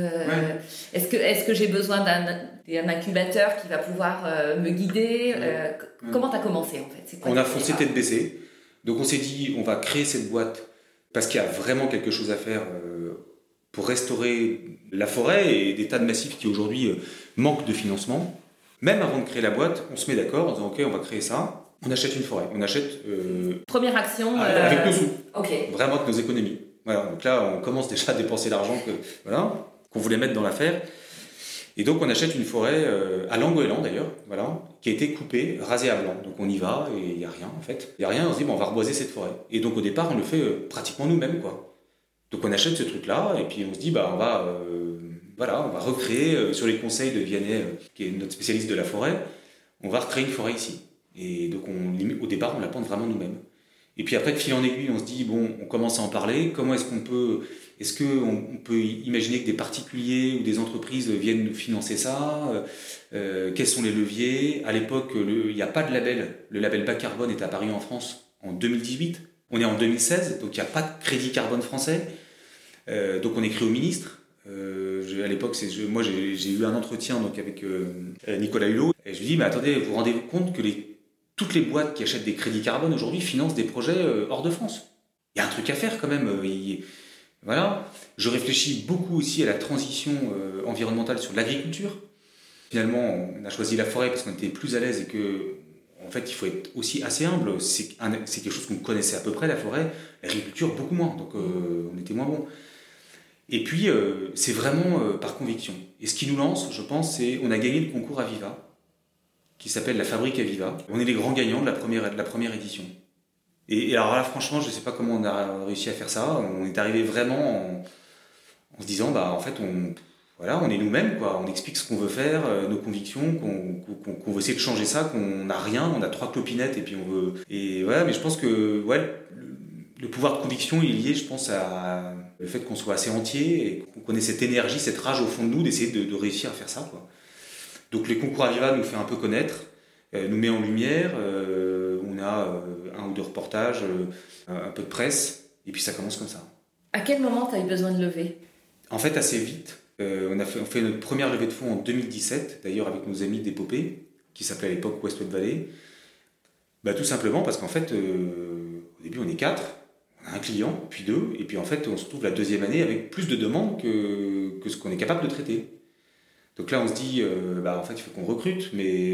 Est-ce que j'ai besoin d'un incubateur qui va pouvoir me guider? Comment tu as commencé en fait? On a foncé tête baissée. Donc on s'est dit, on va créer cette boîte parce qu'il y a vraiment quelque chose à faire pour restaurer la forêt et des tas de massifs qui aujourd'hui manquent de financement. Même avant de créer la boîte, on se met d'accord en disant ok, on va créer ça. On achète une forêt. On achète... Première action... avec nos sous. Okay. Vraiment avec nos économies. Voilà, donc là, on commence déjà à dépenser l'argent qu'on voulait mettre dans l'affaire. Et donc, on achète une forêt à Langoélan, d'ailleurs, qui a été coupée, rasée à blanc. Donc, on y va et il n'y a rien, en fait. Il n'y a rien, on se dit, on va reboiser cette forêt. Et donc, au départ, on le fait pratiquement nous-mêmes, quoi. Donc, on achète ce truc-là et puis on se dit, on va recréer, sur les conseils de Vianney, qui est notre spécialiste de la forêt, on va recréer une forêt ici. Et donc, au départ, on la plante vraiment nous-mêmes. Et puis après, de fil en aiguille, on se dit, on commence à en parler. Comment est-ce qu'on peut imaginer que des particuliers ou des entreprises viennent nous financer ça? Quels sont les leviers? À l'époque, il n'y a pas de label. Le label bas carbone est apparu en France en 2018. On est en 2016, donc il n'y a pas de crédit carbone français. Donc on écrit au ministre. À l'époque, moi j'ai eu un entretien donc, avec Nicolas Hulot. Et je lui dis, mais attendez, vous vous rendez compte que toutes les boîtes qui achètent des crédits carbone aujourd'hui financent des projets hors de France. Il y a un truc à faire quand même. Voilà. Je réfléchis beaucoup aussi à la transition environnementale sur l'agriculture. Finalement, on a choisi la forêt parce qu'on était plus à l'aise et que, en fait, il faut être aussi assez humble. C'est quelque chose qu'on connaissait à peu près, la forêt. L'agriculture, beaucoup moins. Donc, on était moins bon. Et puis, c'est vraiment par conviction. Et ce qui nous lance, je pense, c'est on a gagné le concours Aviva, qui s'appelle la Fabrique Aviva. On est les grands gagnants de la première édition. Et alors là, franchement, je ne sais pas comment on a réussi à faire ça. On est arrivé vraiment en se disant, en fait, on est nous-mêmes, quoi. On explique ce qu'on veut faire, nos convictions, qu'on veut essayer de changer ça, qu'on n'a rien, on a 3 clopinettes et puis on veut... Et voilà, mais je pense que le pouvoir de conviction il est lié, je pense, à le fait qu'on soit assez entier et qu'on ait cette énergie, cette rage au fond de nous d'essayer de réussir à faire ça, quoi. Donc les concours Aviva nous fait un peu connaître, nous met en lumière, on a un ou 2 reportages, un peu de presse, et puis ça commence comme ça. À quel moment tu as eu besoin de lever? En fait, assez vite. On fait notre première levée de fonds en 2017, d'ailleurs avec nos amis d'Épopée, qui s'appelait à l'époque Westwood Valley. Tout simplement parce qu'en fait, au début on est 4, on a un client, puis 2, et puis en fait on se trouve la deuxième année avec plus de demandes que ce qu'on est capable de traiter. Donc là, on se dit, en fait, il faut qu'on recrute, mais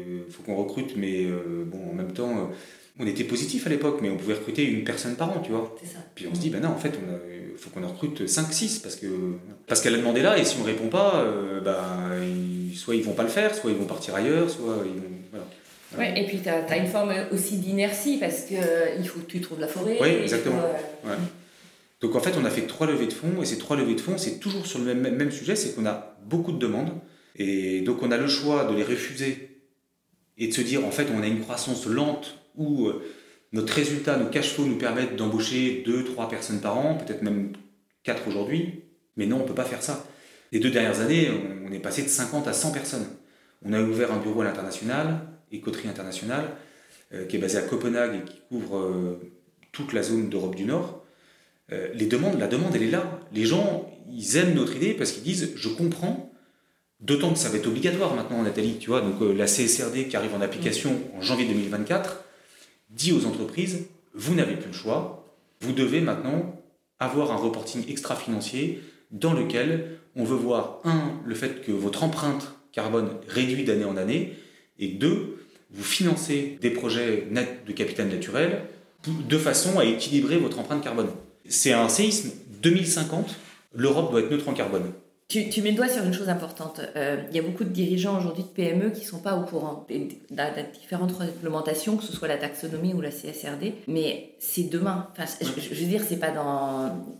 en même temps, on était positif à l'époque, mais on pouvait recruter une personne par an, tu vois. C'est ça. Puis on se dit, non, en fait, il faut qu'on en recrute 5-6, parce qu'elle a demandé là, et si on ne répond pas, soit ils ne vont pas le faire, soit ils vont partir ailleurs, soit ils vont... Voilà. Ouais, et puis tu as une forme aussi d'inertie, parce qu'il faut que tu trouves la forêt. Oui, exactement. Ouais. Donc en fait, on a fait 3 levées de fonds, et ces 3 levées de fonds, c'est toujours sur le même sujet, c'est qu'on a beaucoup de demandes, et donc on a le choix de les refuser et de se dire, en fait, on a une croissance lente où notre résultat, nos cash flows nous permettent d'embaucher 2-3 personnes par an, peut-être même 4 aujourd'hui, mais non, on ne peut pas faire ça. Les 2 dernières années, on est passé de 50 à 100 personnes. On a ouvert un bureau à l'international, Écoterie International, qui est basé à Copenhague et qui couvre toute la zone d'Europe du Nord. La demande, elle est là. Les gens, ils aiment notre idée parce qu'ils disent, je comprends, d'autant que ça va être obligatoire maintenant, Nathalie, tu vois, donc la CSRD qui arrive en application en janvier 2024 dit aux entreprises, vous n'avez plus le choix, vous devez maintenant avoir un reporting extra-financier dans lequel on veut voir, 1, le fait que votre empreinte carbone réduit d'année en année, et 2, vous financez des projets nets de capital naturel de façon à équilibrer votre empreinte carbone. C'est un séisme. 2050, l'Europe doit être neutre en carbone. Tu mets le doigt sur une chose importante. Il y a beaucoup de dirigeants aujourd'hui de PME qui ne sont pas au courant de différentes réglementations, que ce soit la taxonomie ou la CSRD. Mais c'est demain. Enfin, je veux dire, c'est pas dans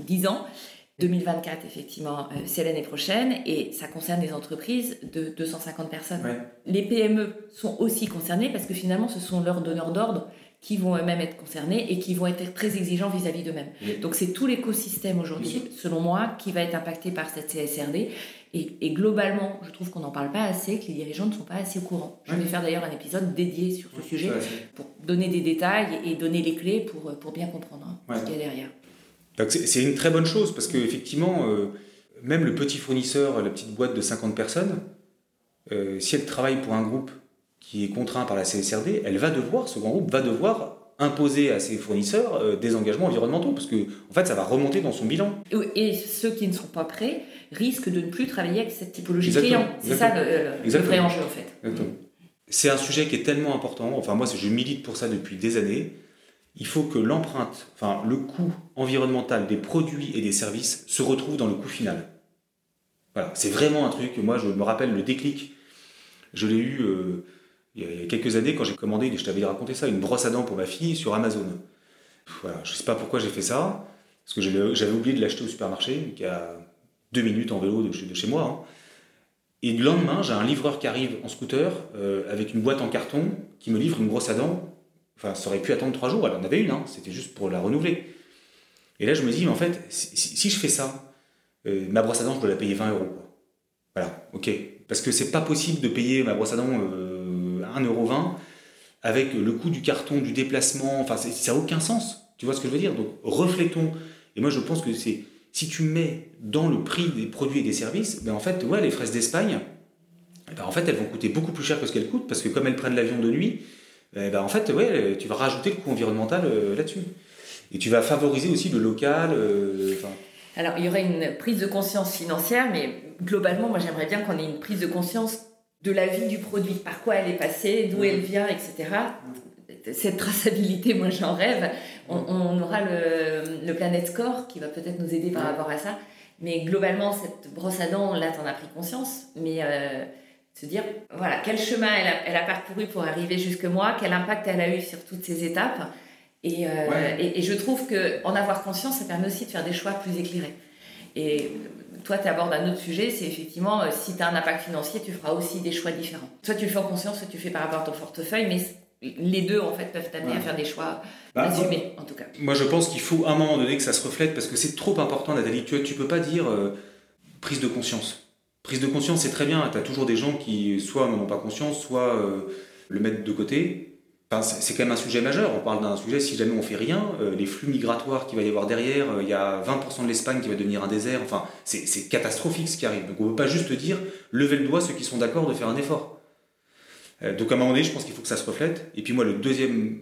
10 ans. 2024, effectivement, c'est l'année prochaine et ça concerne des entreprises de 250 personnes. Ouais. Les PME sont aussi concernées parce que finalement, ce sont leurs donneurs d'ordre qui vont eux-mêmes être concernés et qui vont être très exigeants vis-à-vis d'eux-mêmes. Oui. Donc, c'est tout l'écosystème aujourd'hui, selon moi, qui va être impacté par cette CSRD. Et globalement, je trouve qu'on n'en parle pas assez, que les dirigeants ne sont pas assez au courant. Je vais faire d'ailleurs un épisode dédié sur ce sujet pour donner des détails et donner les clés pour bien comprendre ce qu'il y a derrière. Donc c'est une très bonne chose parce qu'effectivement, même le petit fournisseur, la petite boîte de 50 personnes, si elle travaille pour un groupe qui est contraint par la CSRD, ce grand groupe va devoir imposer à ses fournisseurs des engagements environnementaux parce que en fait, ça va remonter dans son bilan. Et ceux qui ne sont pas prêts risquent de ne plus travailler avec cette typologie de Exactement. client. C'est ça le vrai enjeu en fait. Exactement. C'est un sujet qui est tellement important. Enfin, moi, je milite pour ça depuis des années. Il faut que le coût environnemental des produits et des services se retrouve dans le coût final. Voilà, c'est vraiment un truc. Moi, je me rappelle le déclic. Je l'ai eu il y a quelques années quand j'ai commandé, je t'avais raconté ça, une brosse à dents pour ma fille sur Amazon. Voilà, je ne sais pas pourquoi j'ai fait ça, parce que j'avais oublié de l'acheter au supermarché, qui est à 2 minutes en vélo de chez moi. Et le lendemain, j'ai un livreur qui arrive en scooter avec une boîte en carton qui me livre une brosse à dents. Enfin, ça aurait pu attendre 3 jours, elle en avait une, c'était juste pour la renouveler. Et là, je me dis, mais en fait, si je fais ça, ma brosse à dents, je dois la payer 20 €. Voilà, ok. Parce que c'est pas possible de payer ma brosse à dents 1,20 € avec le coût du carton, du déplacement, enfin, ça n'a aucun sens. Tu vois ce que je veux dire? Donc, reflétons. Et moi, je pense que si tu mets dans le prix des produits et des services, en fait, les fraises d'Espagne, en fait, elles vont coûter beaucoup plus cher que ce qu'elles coûtent, parce que comme elles prennent l'avion de nuit, en fait, tu vas rajouter le coût environnemental là-dessus. Et tu vas favoriser aussi le local. Alors, il y aurait une prise de conscience financière, mais globalement, moi, j'aimerais bien qu'on ait une prise de conscience de la vie du produit, par quoi elle est passée, d'où elle vient, etc. Cette traçabilité, moi, j'en rêve. On aura le Planet Score qui va peut-être nous aider par rapport à ça. Mais globalement, cette brosse à dents, là, t'en as pris conscience. Mais se dire, voilà, quel chemin elle a parcouru pour arriver jusque moi, quel impact elle a eu sur toutes ces étapes. Et je trouve qu'en avoir conscience, ça permet aussi de faire des choix plus éclairés. Et toi, tu abordes un autre sujet, c'est effectivement, si tu as un impact financier, tu feras aussi des choix différents. Soit tu le fais en conscience, soit tu le fais par rapport à ton portefeuille, mais les deux, en fait, peuvent t'amener à faire des choix assumés, en tout cas. Moi, je pense qu'il faut à un moment donné que ça se reflète, parce que c'est trop important, Nathalie. Tu peux pas dire prise de conscience. Prise de conscience, c'est très bien. Tu as toujours des gens qui, soit n'en ont pas conscience, soit le mettent de côté. Enfin, c'est quand même un sujet majeur. On parle d'un sujet, si jamais on fait rien, les flux migratoires qu'il va y avoir derrière, il y a 20% de l'Espagne qui va devenir un désert. Enfin, c'est catastrophique ce qui arrive. Donc on ne peut pas juste dire, levez le doigt ceux qui sont d'accord de faire un effort. Donc à un moment donné, je pense qu'il faut que ça se reflète. Et puis moi, mon deuxième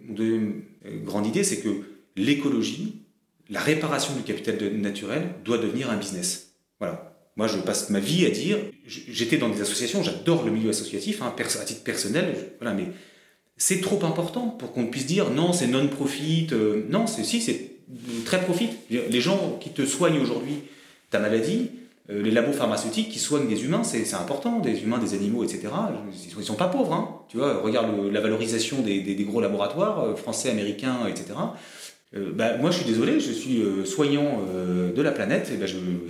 grande idée, c'est que l'écologie, la réparation du capital naturel doit devenir un business. Voilà. Moi, je passe ma vie à dire, j'étais dans des associations, j'adore le milieu associatif, à titre personnel, mais c'est trop important pour qu'on puisse dire non, c'est non-profit. Non, c'est très profit. Les gens qui te soignent aujourd'hui ta maladie, les labos pharmaceutiques qui soignent des humains, c'est important, des humains, des animaux, etc. Ils ne sont pas pauvres. Tu vois, regarde la valorisation des gros laboratoires français, américains, etc. Moi, je suis désolé, je suis soignant de la planète. Et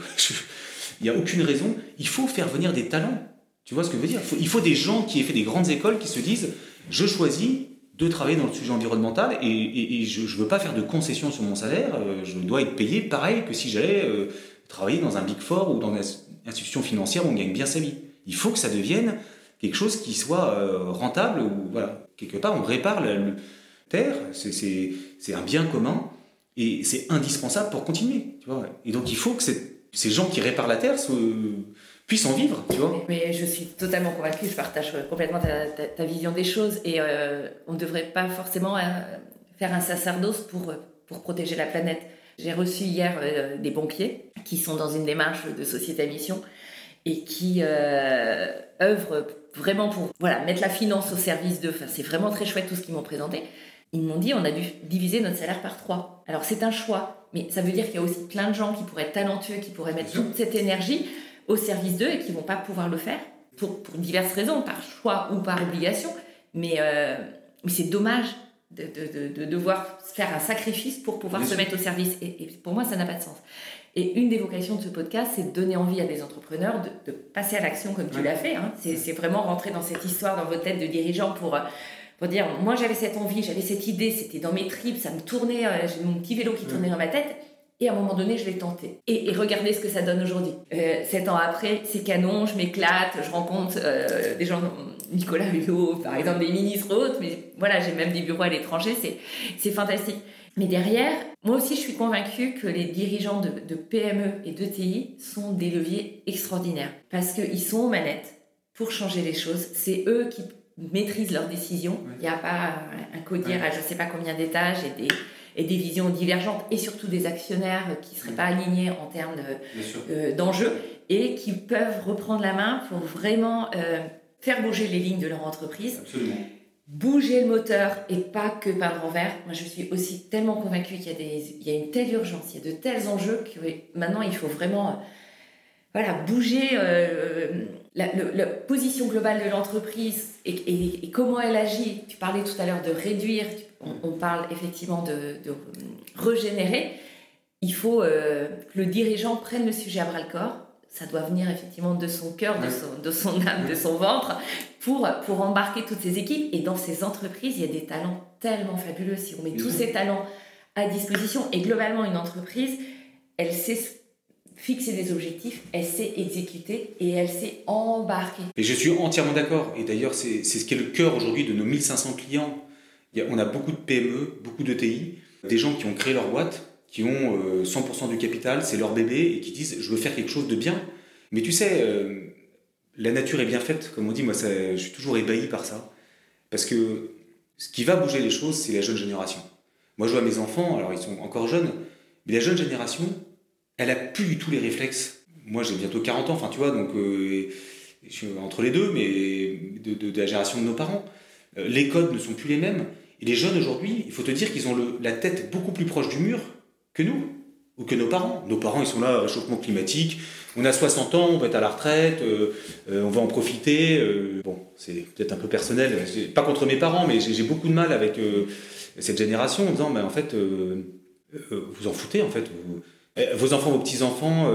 il n'y a aucune raison. Il faut faire venir des talents. Tu vois ce que je veux dire? Il faut des gens qui aient fait des grandes écoles qui se disent je choisis de travailler dans le sujet environnemental et je ne veux pas faire de concessions sur mon salaire. Je dois être payé pareil que si j'allais travailler dans un Big Four ou dans une institution financière où on gagne bien sa vie. Il faut que ça devienne quelque chose qui soit rentable. Ou, voilà, quelque part, on répare la terre. C'est un bien commun et c'est indispensable pour continuer. Tu vois. Et donc, il faut que ces gens qui réparent la terre puissent en vivre, tu vois. Mais je suis totalement convaincue, je partage complètement ta vision des choses et on ne devrait pas forcément faire un sacerdoce pour protéger la planète. J'ai reçu hier des pompiers qui sont dans une démarche de société à mission et qui œuvrent vraiment pour mettre la finance au service d'eux. Enfin, c'est vraiment très chouette tout ce qu'ils m'ont présenté. Ils m'ont dit on a dû diviser notre salaire par 3. Alors c'est un choix, mais ça veut dire qu'il y a aussi plein de gens qui pourraient être talentueux, qui pourraient mettre toute cette énergie au service d'eux et qui ne vont pas pouvoir le faire pour diverses raisons, par choix ou par obligation. Mais c'est dommage de devoir faire un sacrifice pour pouvoir se mettre au service. Et pour moi, ça n'a pas de sens. Et une des vocations de ce podcast, c'est de donner envie à des entrepreneurs de passer à l'action comme tu l'as fait. Hein. C'est vraiment rentrer dans cette histoire dans votre tête de dirigeant pour dire, moi j'avais cette envie, j'avais cette idée, c'était dans mes tripes, ça me tournait, j'ai mon petit vélo qui tournait dans ma tête. Et à un moment donné, je l'ai tenté. Et regardez ce que ça donne aujourd'hui. 7 ans après, c'est canon, je m'éclate, je rencontre des gens, Nicolas Hulot, par exemple, des ministres autres, mais voilà, j'ai même des bureaux à l'étranger, c'est fantastique. Mais derrière, moi aussi, je suis convaincue que les dirigeants de PME et d'ETI sont des leviers extraordinaires. Parce qu'ils sont aux manettes pour changer les choses. C'est eux qui maîtrisent leurs décisions. Il n'y a pas un codir à je ne sais pas combien d'étages et des visions divergentes et surtout des actionnaires qui ne seraient pas alignés en termes d'enjeux et qui peuvent reprendre la main pour vraiment faire bouger les lignes de leur entreprise. Absolument. Bouger le moteur et pas que peindre en vert. Moi, je suis aussi tellement convaincue qu'il y a une telle urgence, il y a de tels enjeux que maintenant, il faut vraiment bouger la position globale de l'entreprise et comment elle agit. Tu parlais tout à l'heure de réduire, on parle effectivement de régénérer. Il faut que le dirigeant prenne le sujet à bras-le-corps. Ça doit venir effectivement de son cœur, de son âme, de son ventre, pour embarquer toutes ces équipes. Et dans ces entreprises, il y a des talents tellement fabuleux. Si on met tous ces talents à disposition, et globalement, une entreprise, elle sait fixer des objectifs, elle sait exécuter et elle sait embarquer. Et je suis entièrement d'accord. Et d'ailleurs, c'est ce qui est le cœur aujourd'hui de nos 1500 clients. On a beaucoup de PME, beaucoup d'ETI, des gens qui ont créé leur boîte, qui ont 100% du capital, c'est leur bébé, et qui disent « je veux faire quelque chose de bien ». Mais tu sais, la nature est bien faite, comme on dit, moi je suis toujours ébahi par ça. Parce que ce qui va bouger les choses, c'est la jeune génération. Moi je vois mes enfants, alors ils sont encore jeunes, mais la jeune génération, elle a plus du tout les réflexes. Moi j'ai bientôt 40 ans, enfin tu vois, donc je suis entre les deux, mais de la génération de nos parents. Les codes ne sont plus les mêmes. Et les jeunes aujourd'hui, il faut te dire qu'ils ont la tête beaucoup plus proche du mur que nous, ou que nos parents. Nos parents, ils sont là, réchauffement climatique, on a 60 ans, on va être à la retraite, on va en profiter. Bon, c'est peut-être un peu personnel, pas contre mes parents, mais j'ai beaucoup de mal avec cette génération en disant, en fait, vous en foutez, en fait. Vos enfants, vos petits-enfants,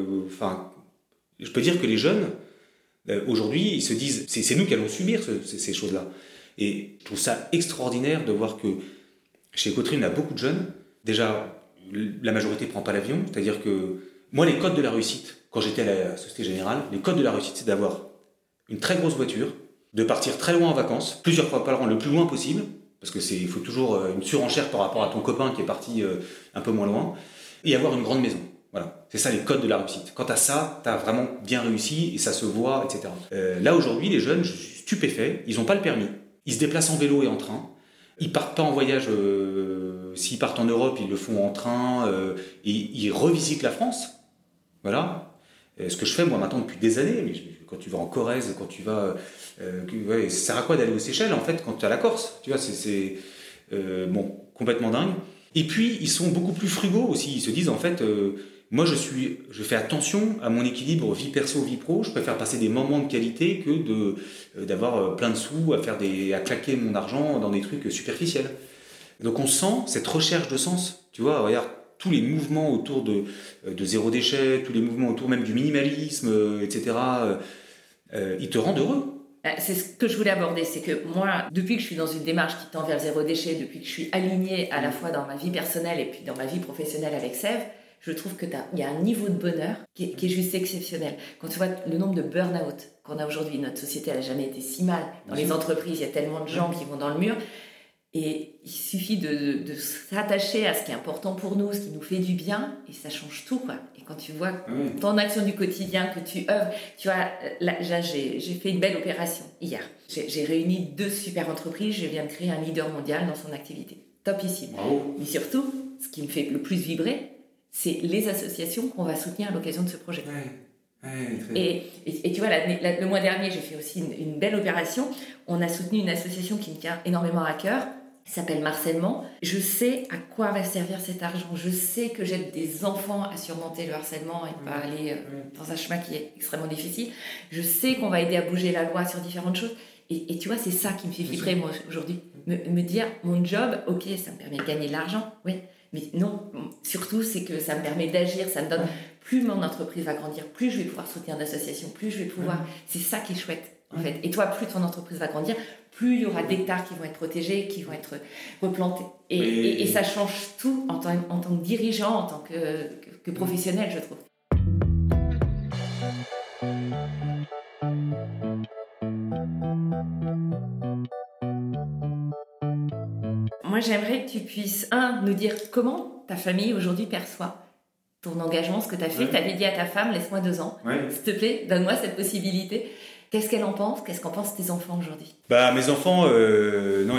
je peux dire que les jeunes, aujourd'hui, ils se disent, c'est nous qui allons subir ces choses-là. Et je trouve ça extraordinaire de voir que chez Écoterie, on a beaucoup de jeunes. Déjà, la majorité ne prend pas l'avion. C'est-à-dire que moi, les codes de la réussite, quand j'étais à la Société Générale, les codes de la réussite, c'est d'avoir une très grosse voiture, de partir très loin en vacances, plusieurs fois par an, le plus loin possible, parce qu'il faut toujours une surenchère par rapport à ton copain qui est parti un peu moins loin, et avoir une grande maison. Voilà, c'est ça les codes de la réussite. Quand tu as ça, tu as vraiment bien réussi et ça se voit, etc. Là, aujourd'hui, les jeunes, je suis stupéfait, ils n'ont pas le permis. Ils se déplacent en vélo et en train. Ils partent pas en voyage, s'ils partent en Europe, ils le font en train, et ils revisitent la France. Voilà. Ce que je fais moi maintenant depuis des années, mais quand tu vas en Corrèze, quand tu vas... ça sert à quoi d'aller aux Seychelles en fait quand tu es à la Corse? Tu vois, c'est complètement dingue. Et puis ils sont beaucoup plus frugaux aussi, ils se disent en fait... moi, je fais attention à mon équilibre vie perso, vie pro. Je préfère passer des moments de qualité que d'avoir plein de sous à claquer mon argent dans des trucs superficiels. Donc, on sent cette recherche de sens. Tu vois, regarde, tous les mouvements autour de zéro déchet, tous les mouvements autour même du minimalisme, etc., ils te rendent heureux. C'est ce que je voulais aborder, c'est que moi, depuis que je suis dans une démarche qui tend vers zéro déchet, depuis que je suis alignée à la fois dans ma vie personnelle et puis dans ma vie professionnelle avec Sève, je trouve qu'il y a un niveau de bonheur qui est juste exceptionnel. Quand tu vois le nombre de burn-out qu'on a aujourd'hui, notre société n'a jamais été si mal. Dans les entreprises, il y a tellement de gens qui vont dans le mur. Et il suffit de s'attacher à ce qui est important pour nous, ce qui nous fait du bien, et ça change tout, quoi. Et quand tu vois ton action du quotidien, que tu œuvres, tu vois, là j'ai fait une belle opération hier. J'ai réuni 2 super entreprises, je viens de créer un leader mondial dans son activité. Topissime. Bravo. Mais surtout, ce qui me fait le plus vibrer, c'est les associations qu'on va soutenir à l'occasion de ce projet. Et tu vois, le mois dernier, j'ai fait aussi une belle opération. On a soutenu une association qui me tient énormément à cœur, qui s'appelle Marcellement. Je sais à quoi va servir cet argent. Je sais que j'aide des enfants à surmonter le harcèlement et pas aller dans un chemin qui est extrêmement difficile. Je sais qu'on va aider à bouger la loi sur différentes choses. Et tu vois, c'est ça qui me fait vibrer, moi, aujourd'hui. Me dire, mon job, ok, ça me permet de gagner de l'argent, oui. Mais non, surtout, c'est que ça me permet d'agir, ça me donne... Plus mon entreprise va grandir, plus je vais pouvoir soutenir d'associations, plus je vais pouvoir... C'est ça qui est chouette, en fait. Et toi, plus ton entreprise va grandir, plus il y aura d'hectares qui vont être protégés, qui vont être replantés. Et ça change tout en tant que dirigeant, en tant que professionnel, je trouve. Moi, j'aimerais que tu puisses, nous dire comment ta famille aujourd'hui perçoit ton engagement, ce que tu as fait. Tu avais dit à ta femme, laisse-moi 2 ans. S'il te plaît, donne-moi cette possibilité. Qu'est-ce qu'elle en pense ? Qu'est-ce qu'en pensent tes enfants aujourd'hui ? Mes enfants, non,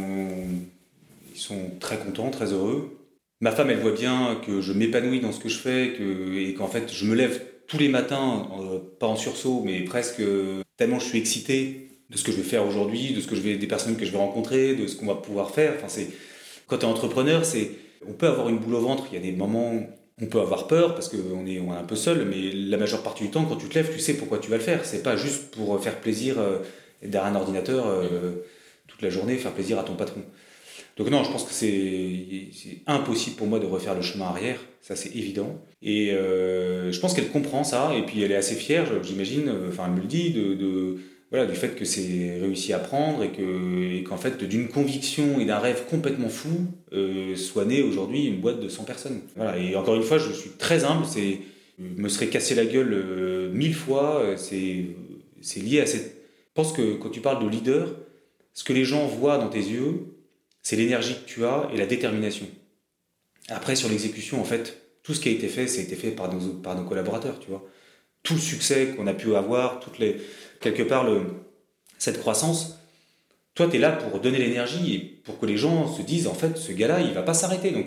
ils sont très contents, très heureux. Ma femme, elle voit bien que je m'épanouis dans ce que je fais et qu'en fait, je me lève tous les matins, pas en sursaut, mais presque tellement je suis excité de ce que je vais faire aujourd'hui, des personnes que je vais rencontrer, de ce qu'on va pouvoir faire. Enfin, quand tu es entrepreneur, on peut avoir une boule au ventre. Il y a des moments... On peut avoir peur parce qu'on est un peu seul, mais la majeure partie du temps, quand tu te lèves, tu sais pourquoi tu vas le faire. C'est pas juste pour faire plaisir derrière un ordinateur toute la journée, faire plaisir à ton patron. Donc non, je pense que c'est impossible pour moi de refaire le chemin arrière, ça c'est évident. Et je pense qu'elle comprend ça, et puis elle est assez fière, j'imagine, elle me le dit, du fait que c'est réussi à prendre et qu'en fait, d'une conviction et d'un rêve complètement fou, soit née aujourd'hui une boîte de 100 personnes. Voilà. Et encore une fois, je suis très humble, je me serais cassé la gueule 1000 fois, c'est lié à cette... Je pense que quand tu parles de leader, ce que les gens voient dans tes yeux, c'est l'énergie que tu as et la détermination. Après, sur l'exécution, en fait, tout ce qui a été fait, ça a été fait par nos collaborateurs, tu vois. Tout le succès qu'on a pu avoir, quelque part, cette croissance, toi, tu es là pour donner l'énergie et pour que les gens se disent, en fait, ce gars-là, il va pas s'arrêter. Donc,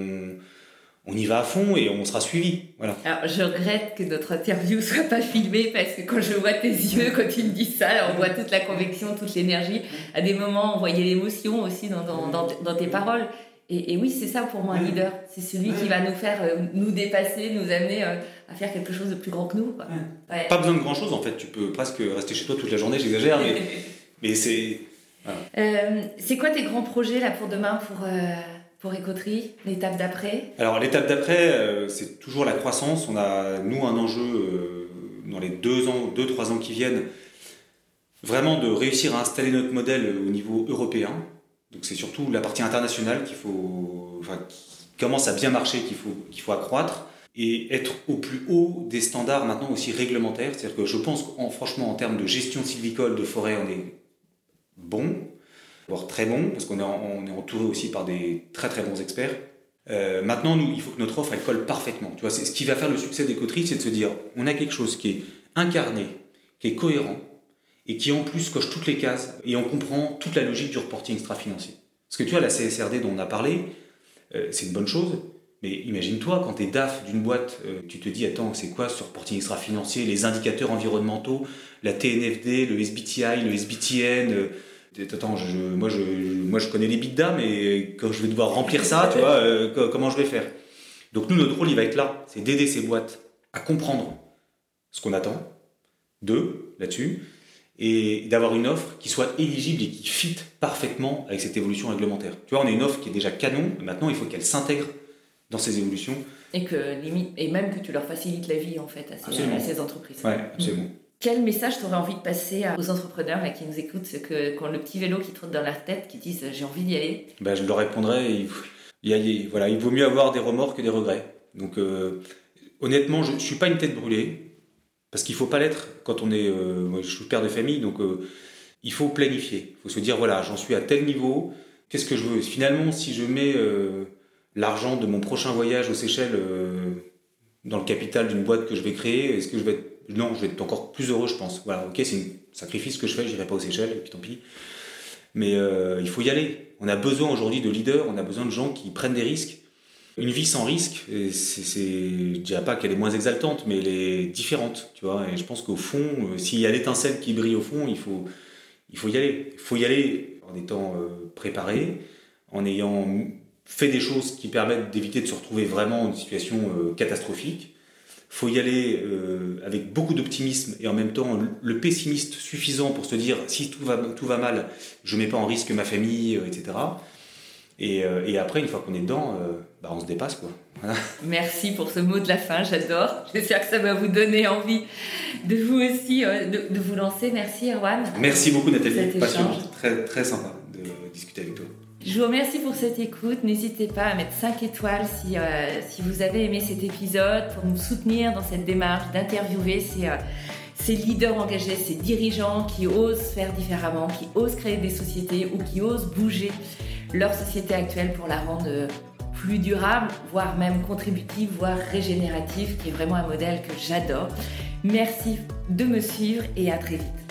on y va à fond et on sera suivi. Voilà. Alors, je regrette que notre interview soit pas filmée parce que quand je vois tes yeux, quand tu me dis ça, là, on voit toute la conviction, toute l'énergie. À des moments, on voyait l'émotion aussi dans tes paroles. Et oui, c'est ça pour moi un leader. C'est celui qui va nous faire nous dépasser, nous amener à faire quelque chose de plus grand que nous. Quoi. Ouais. Pas besoin de grand-chose en fait. Tu peux presque rester chez toi toute la journée, j'exagère, mais c'est... Voilà. C'est quoi tes grands projets là pour demain, pour Écoterie, l'étape d'après ? Alors l'étape d'après, c'est toujours la croissance. On a, nous, un enjeu dans les 2-3 ans qui viennent, vraiment de réussir à installer notre modèle au niveau européen. Donc c'est surtout la partie internationale qui commence à bien marcher, qu'il faut accroître et être au plus haut des standards maintenant aussi réglementaires. C'est-à-dire que je pense franchement en termes de gestion sylvicole, de forêt, on est bon, voire très bon, parce qu'on est entouré aussi par des très très bons experts. Maintenant, il faut que notre offre elle colle parfaitement. Tu vois, c'est ce qui va faire le succès d'Écoterie, c'est de se dire on a quelque chose qui est incarné, qui est cohérent, et qui en plus coche toutes les cases, et on comprend toute la logique du reporting extra-financier. Parce que tu vois, la CSRD dont on a parlé, c'est une bonne chose, mais imagine-toi, quand tu es DAF d'une boîte, tu te dis, attends, c'est quoi ce reporting extra-financier, les indicateurs environnementaux, la TNFD, le SBTI, le SBTN, attends, moi je connais les EBITDA, mais quand je vais devoir remplir ça, tu vois, comment je vais faire ? Donc nous, notre rôle, il va être là, c'est d'aider ces boîtes à comprendre ce qu'on attend d'eux, là-dessus, et d'avoir une offre qui soit éligible et qui fit parfaitement avec cette évolution réglementaire. Tu vois, on a une offre qui est déjà canon, mais maintenant il faut qu'elle s'intègre dans ces évolutions. Et même que tu leur facilites la vie en fait à ces entreprises. Ouais, absolument. Quel message tu aurais envie de passer aux entrepreneurs là, qui nous écoutent, ceux qui ont le petit vélo qui trotte dans leur tête, qui disent j'ai envie d'y aller ? Je leur répondrais, il vaut mieux avoir des remords que des regrets. Donc honnêtement, je ne suis pas une tête brûlée. Parce qu'il ne faut pas l'être quand on est... moi, je suis père de famille, donc il faut planifier. Il faut se dire, voilà, j'en suis à tel niveau, qu'est-ce que je veux ? Finalement, si je mets l'argent de mon prochain voyage aux Seychelles dans le capital d'une boîte que je vais créer, est-ce que je vais être... Non, je vais être encore plus heureux, je pense. Voilà, ok, c'est un sacrifice que je fais, je n'irai pas aux Seychelles, et puis tant pis. Mais il faut y aller. On a besoin aujourd'hui de leaders, on a besoin de gens qui prennent des risques. Une vie sans risque, je ne dirais pas qu'elle est moins exaltante, mais elle est différente, tu vois. Et je pense qu'au fond, s'il y a l'étincelle qui brille au fond, il faut y aller. Il faut y aller en étant préparé, en ayant fait des choses qui permettent d'éviter de se retrouver vraiment dans une situation catastrophique. Il faut y aller avec beaucoup d'optimisme et en même temps le pessimiste suffisant pour se dire si tout va mal, je ne mets pas en risque ma famille, etc. Et après, une fois qu'on est dedans, on se dépasse, quoi. Voilà. Merci pour ce mot de la fin, j'adore. J'espère que ça va vous donner envie de vous aussi de vous lancer. Merci Erwan. Merci beaucoup Nathalie, passionnant, très, très sympa de discuter avec toi. Je vous remercie pour cette écoute. N'hésitez pas à mettre 5 étoiles si vous avez aimé cet épisode, pour nous soutenir dans cette démarche d'interviewer ces leaders engagés, ces dirigeants qui osent faire différemment, qui osent créer des sociétés ou qui osent bouger leur société actuelle pour la rendre plus durable, voire même contributive, voire régénérative, qui est vraiment un modèle que j'adore. Merci de me suivre et à très vite.